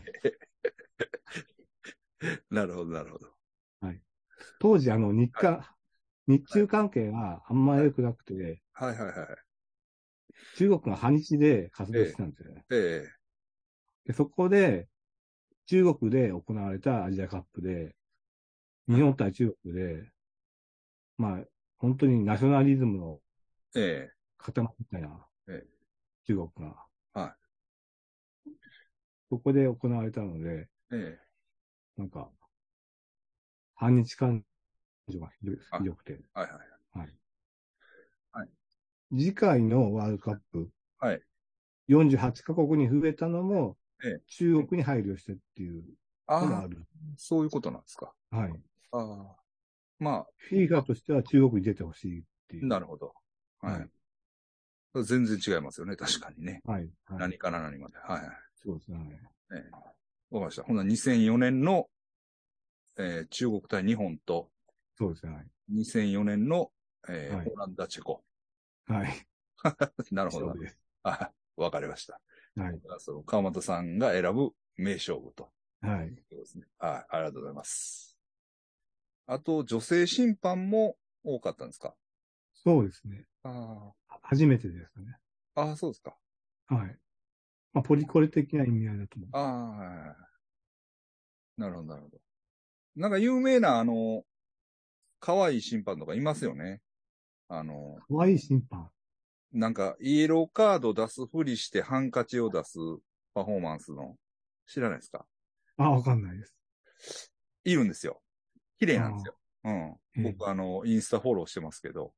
なるほど、なるほど。 はい。当時、 はい、 日はい、 中関係があんまりはい、 良くなくて、 はい、はい、はい。 中国が反日で活動してえたんですよね。 え、ええ、 で、そこで、中国で行われたアジアカップで、日はい、 本対中国で、まあ、本当にナショナリズムのええ、 塊みたいなええ、 中国が、 はそこで行われたので、 い、ええ、 なんか、反日感情があ、 ひどくて、 はい、はい、 はい。 はい、 次回のワールドカップ、 はい、 48カ国に増えたのも、 ええ、 中国に配慮してっていうのもああ、 ある。 そういうことなんですか。 はい。 ああ、まあ、 FIFA としては中国に出てほしいっていう。 なるほど。はい。 はい。 全然違いますよね、確かにね。 はい。はい。 何から何まで。はい、はい。 そうですね。 ええ、わかりました。ほんなら2004年の、中国対日本と、 そうですね。はい。 2004年の、 はい。 オランダ、チェコ。 はい。 なるほど、なるほど。 勝負です。 あ、わかりました。 はい。 川本さんが選ぶ名勝負と。 はい。 そうですね。はい、ありがとうございます。 あと、女性審判も多かったんですか？ そうですね。 あ初めてですね。 あ、ああ、そうですか。 はい。まあ、ポリコレ的な意味合いだと思う。 ああ、はいはいはい。なるほど、なるほど。なんか有名な、可愛い審判とかいますよね。 可愛い審判。 なんか、イエローカード出すふりしてハンカチを出すパフォーマンスの、知らないですか？ あ、わかんないです。 いるんですよ。綺麗なんですあよ。うん。 あ、 僕、インスタフォローしてますけど。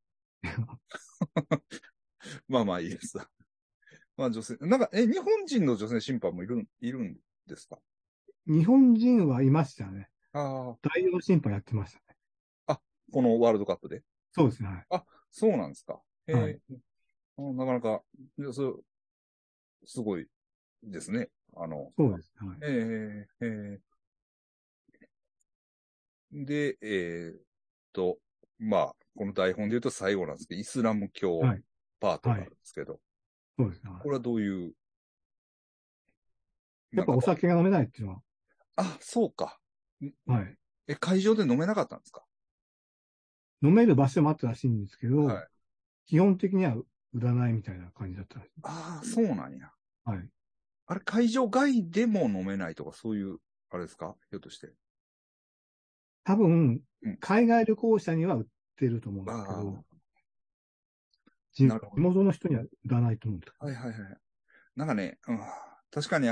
まあまあいいです。まあ女性、なんか、日本人の女性審判もいるんですか？ 日本人はいましたね。 あ代表審判やってましたね。 あ、このワールドカップで。 そうですね。はい。 あ、そうなんですか。 はい。 なかなか、いやすごいですね。 そうです。はい。 えーえで、と、まあ、この台本で言うと最後なんですけど、イスラム教はい。 パートがあるんはい。 ですけど、 そうですね。はこれはどういう、 い。やっぱなんか、 お酒が飲めないっていうのあ、そうか。 は、はい。 会場で飲めなかったんですか？ 飲める場所もあったらしいんですけど、 はい。 基本的には売らないみたいな感じだったらしい。 ああ、そうなんや。 はい。 あれ、会場外でも飲めないとか、そういう、あれですかひょっとして。 多分、 うん。 海外旅行者には売ってると思うんですけど、 ああ、 地なるほど。 元の人には売らないと思うんです。 はいはいはい。なんかね、確かに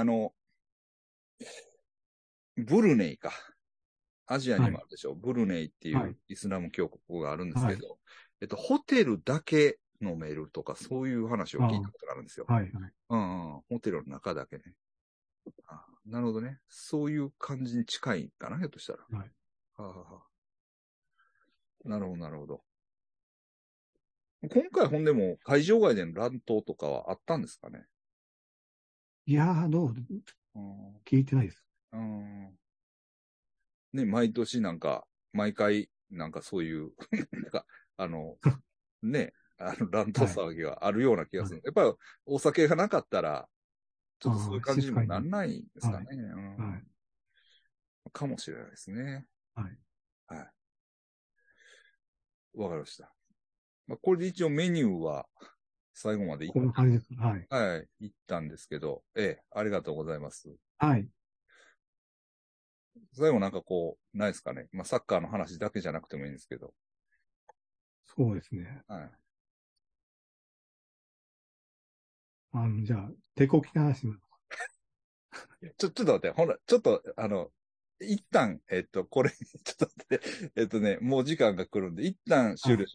ブルネイか。アジアにはい。 もあるでしょ。ブルネイっていうはい。 イスラム教国があるんですはい。 けど、ホテルだけ飲めるとか、そういう話を聞いたあことがあるんですよ。 あ、はい。はい。 うんうん、ホテルの中だけね。なるほどね。そういう感じに近いかな、ひょっとしたら。 はい。 はあはあはあ、なるほど、なるほど。今回ほんでも会場外での乱闘とかはあったんですかね？ いやー、 うん、 聞いてないです。 うん、ね、毎年なんか、毎回、なんかそういうなんか、あの、ね、乱闘はい。 騒ぎがあるような気がはい。 する。やっぱりお酒がなかったら、ちょっとそういああ、 う感じにも静かに。 なんないんですかね。 はい。 うはい。 ん、かもしれないですね。 はい。 はい。わかりました。まあ、これで一応メニューは最後までこんな感じです。はい。 はい、行ったんですけど、ありがとうございます。 はい。 最後なんかこう、ないですかね。まあ、サッカーの話だけじゃなくてもいいんですけど。 そうですね。 はい。 じゃあ、手こきの話も。 ちょっと待って、ほら、ちょっと、一旦、これ、ちょっと待って、もう時間が来るんで、一旦終あ、 了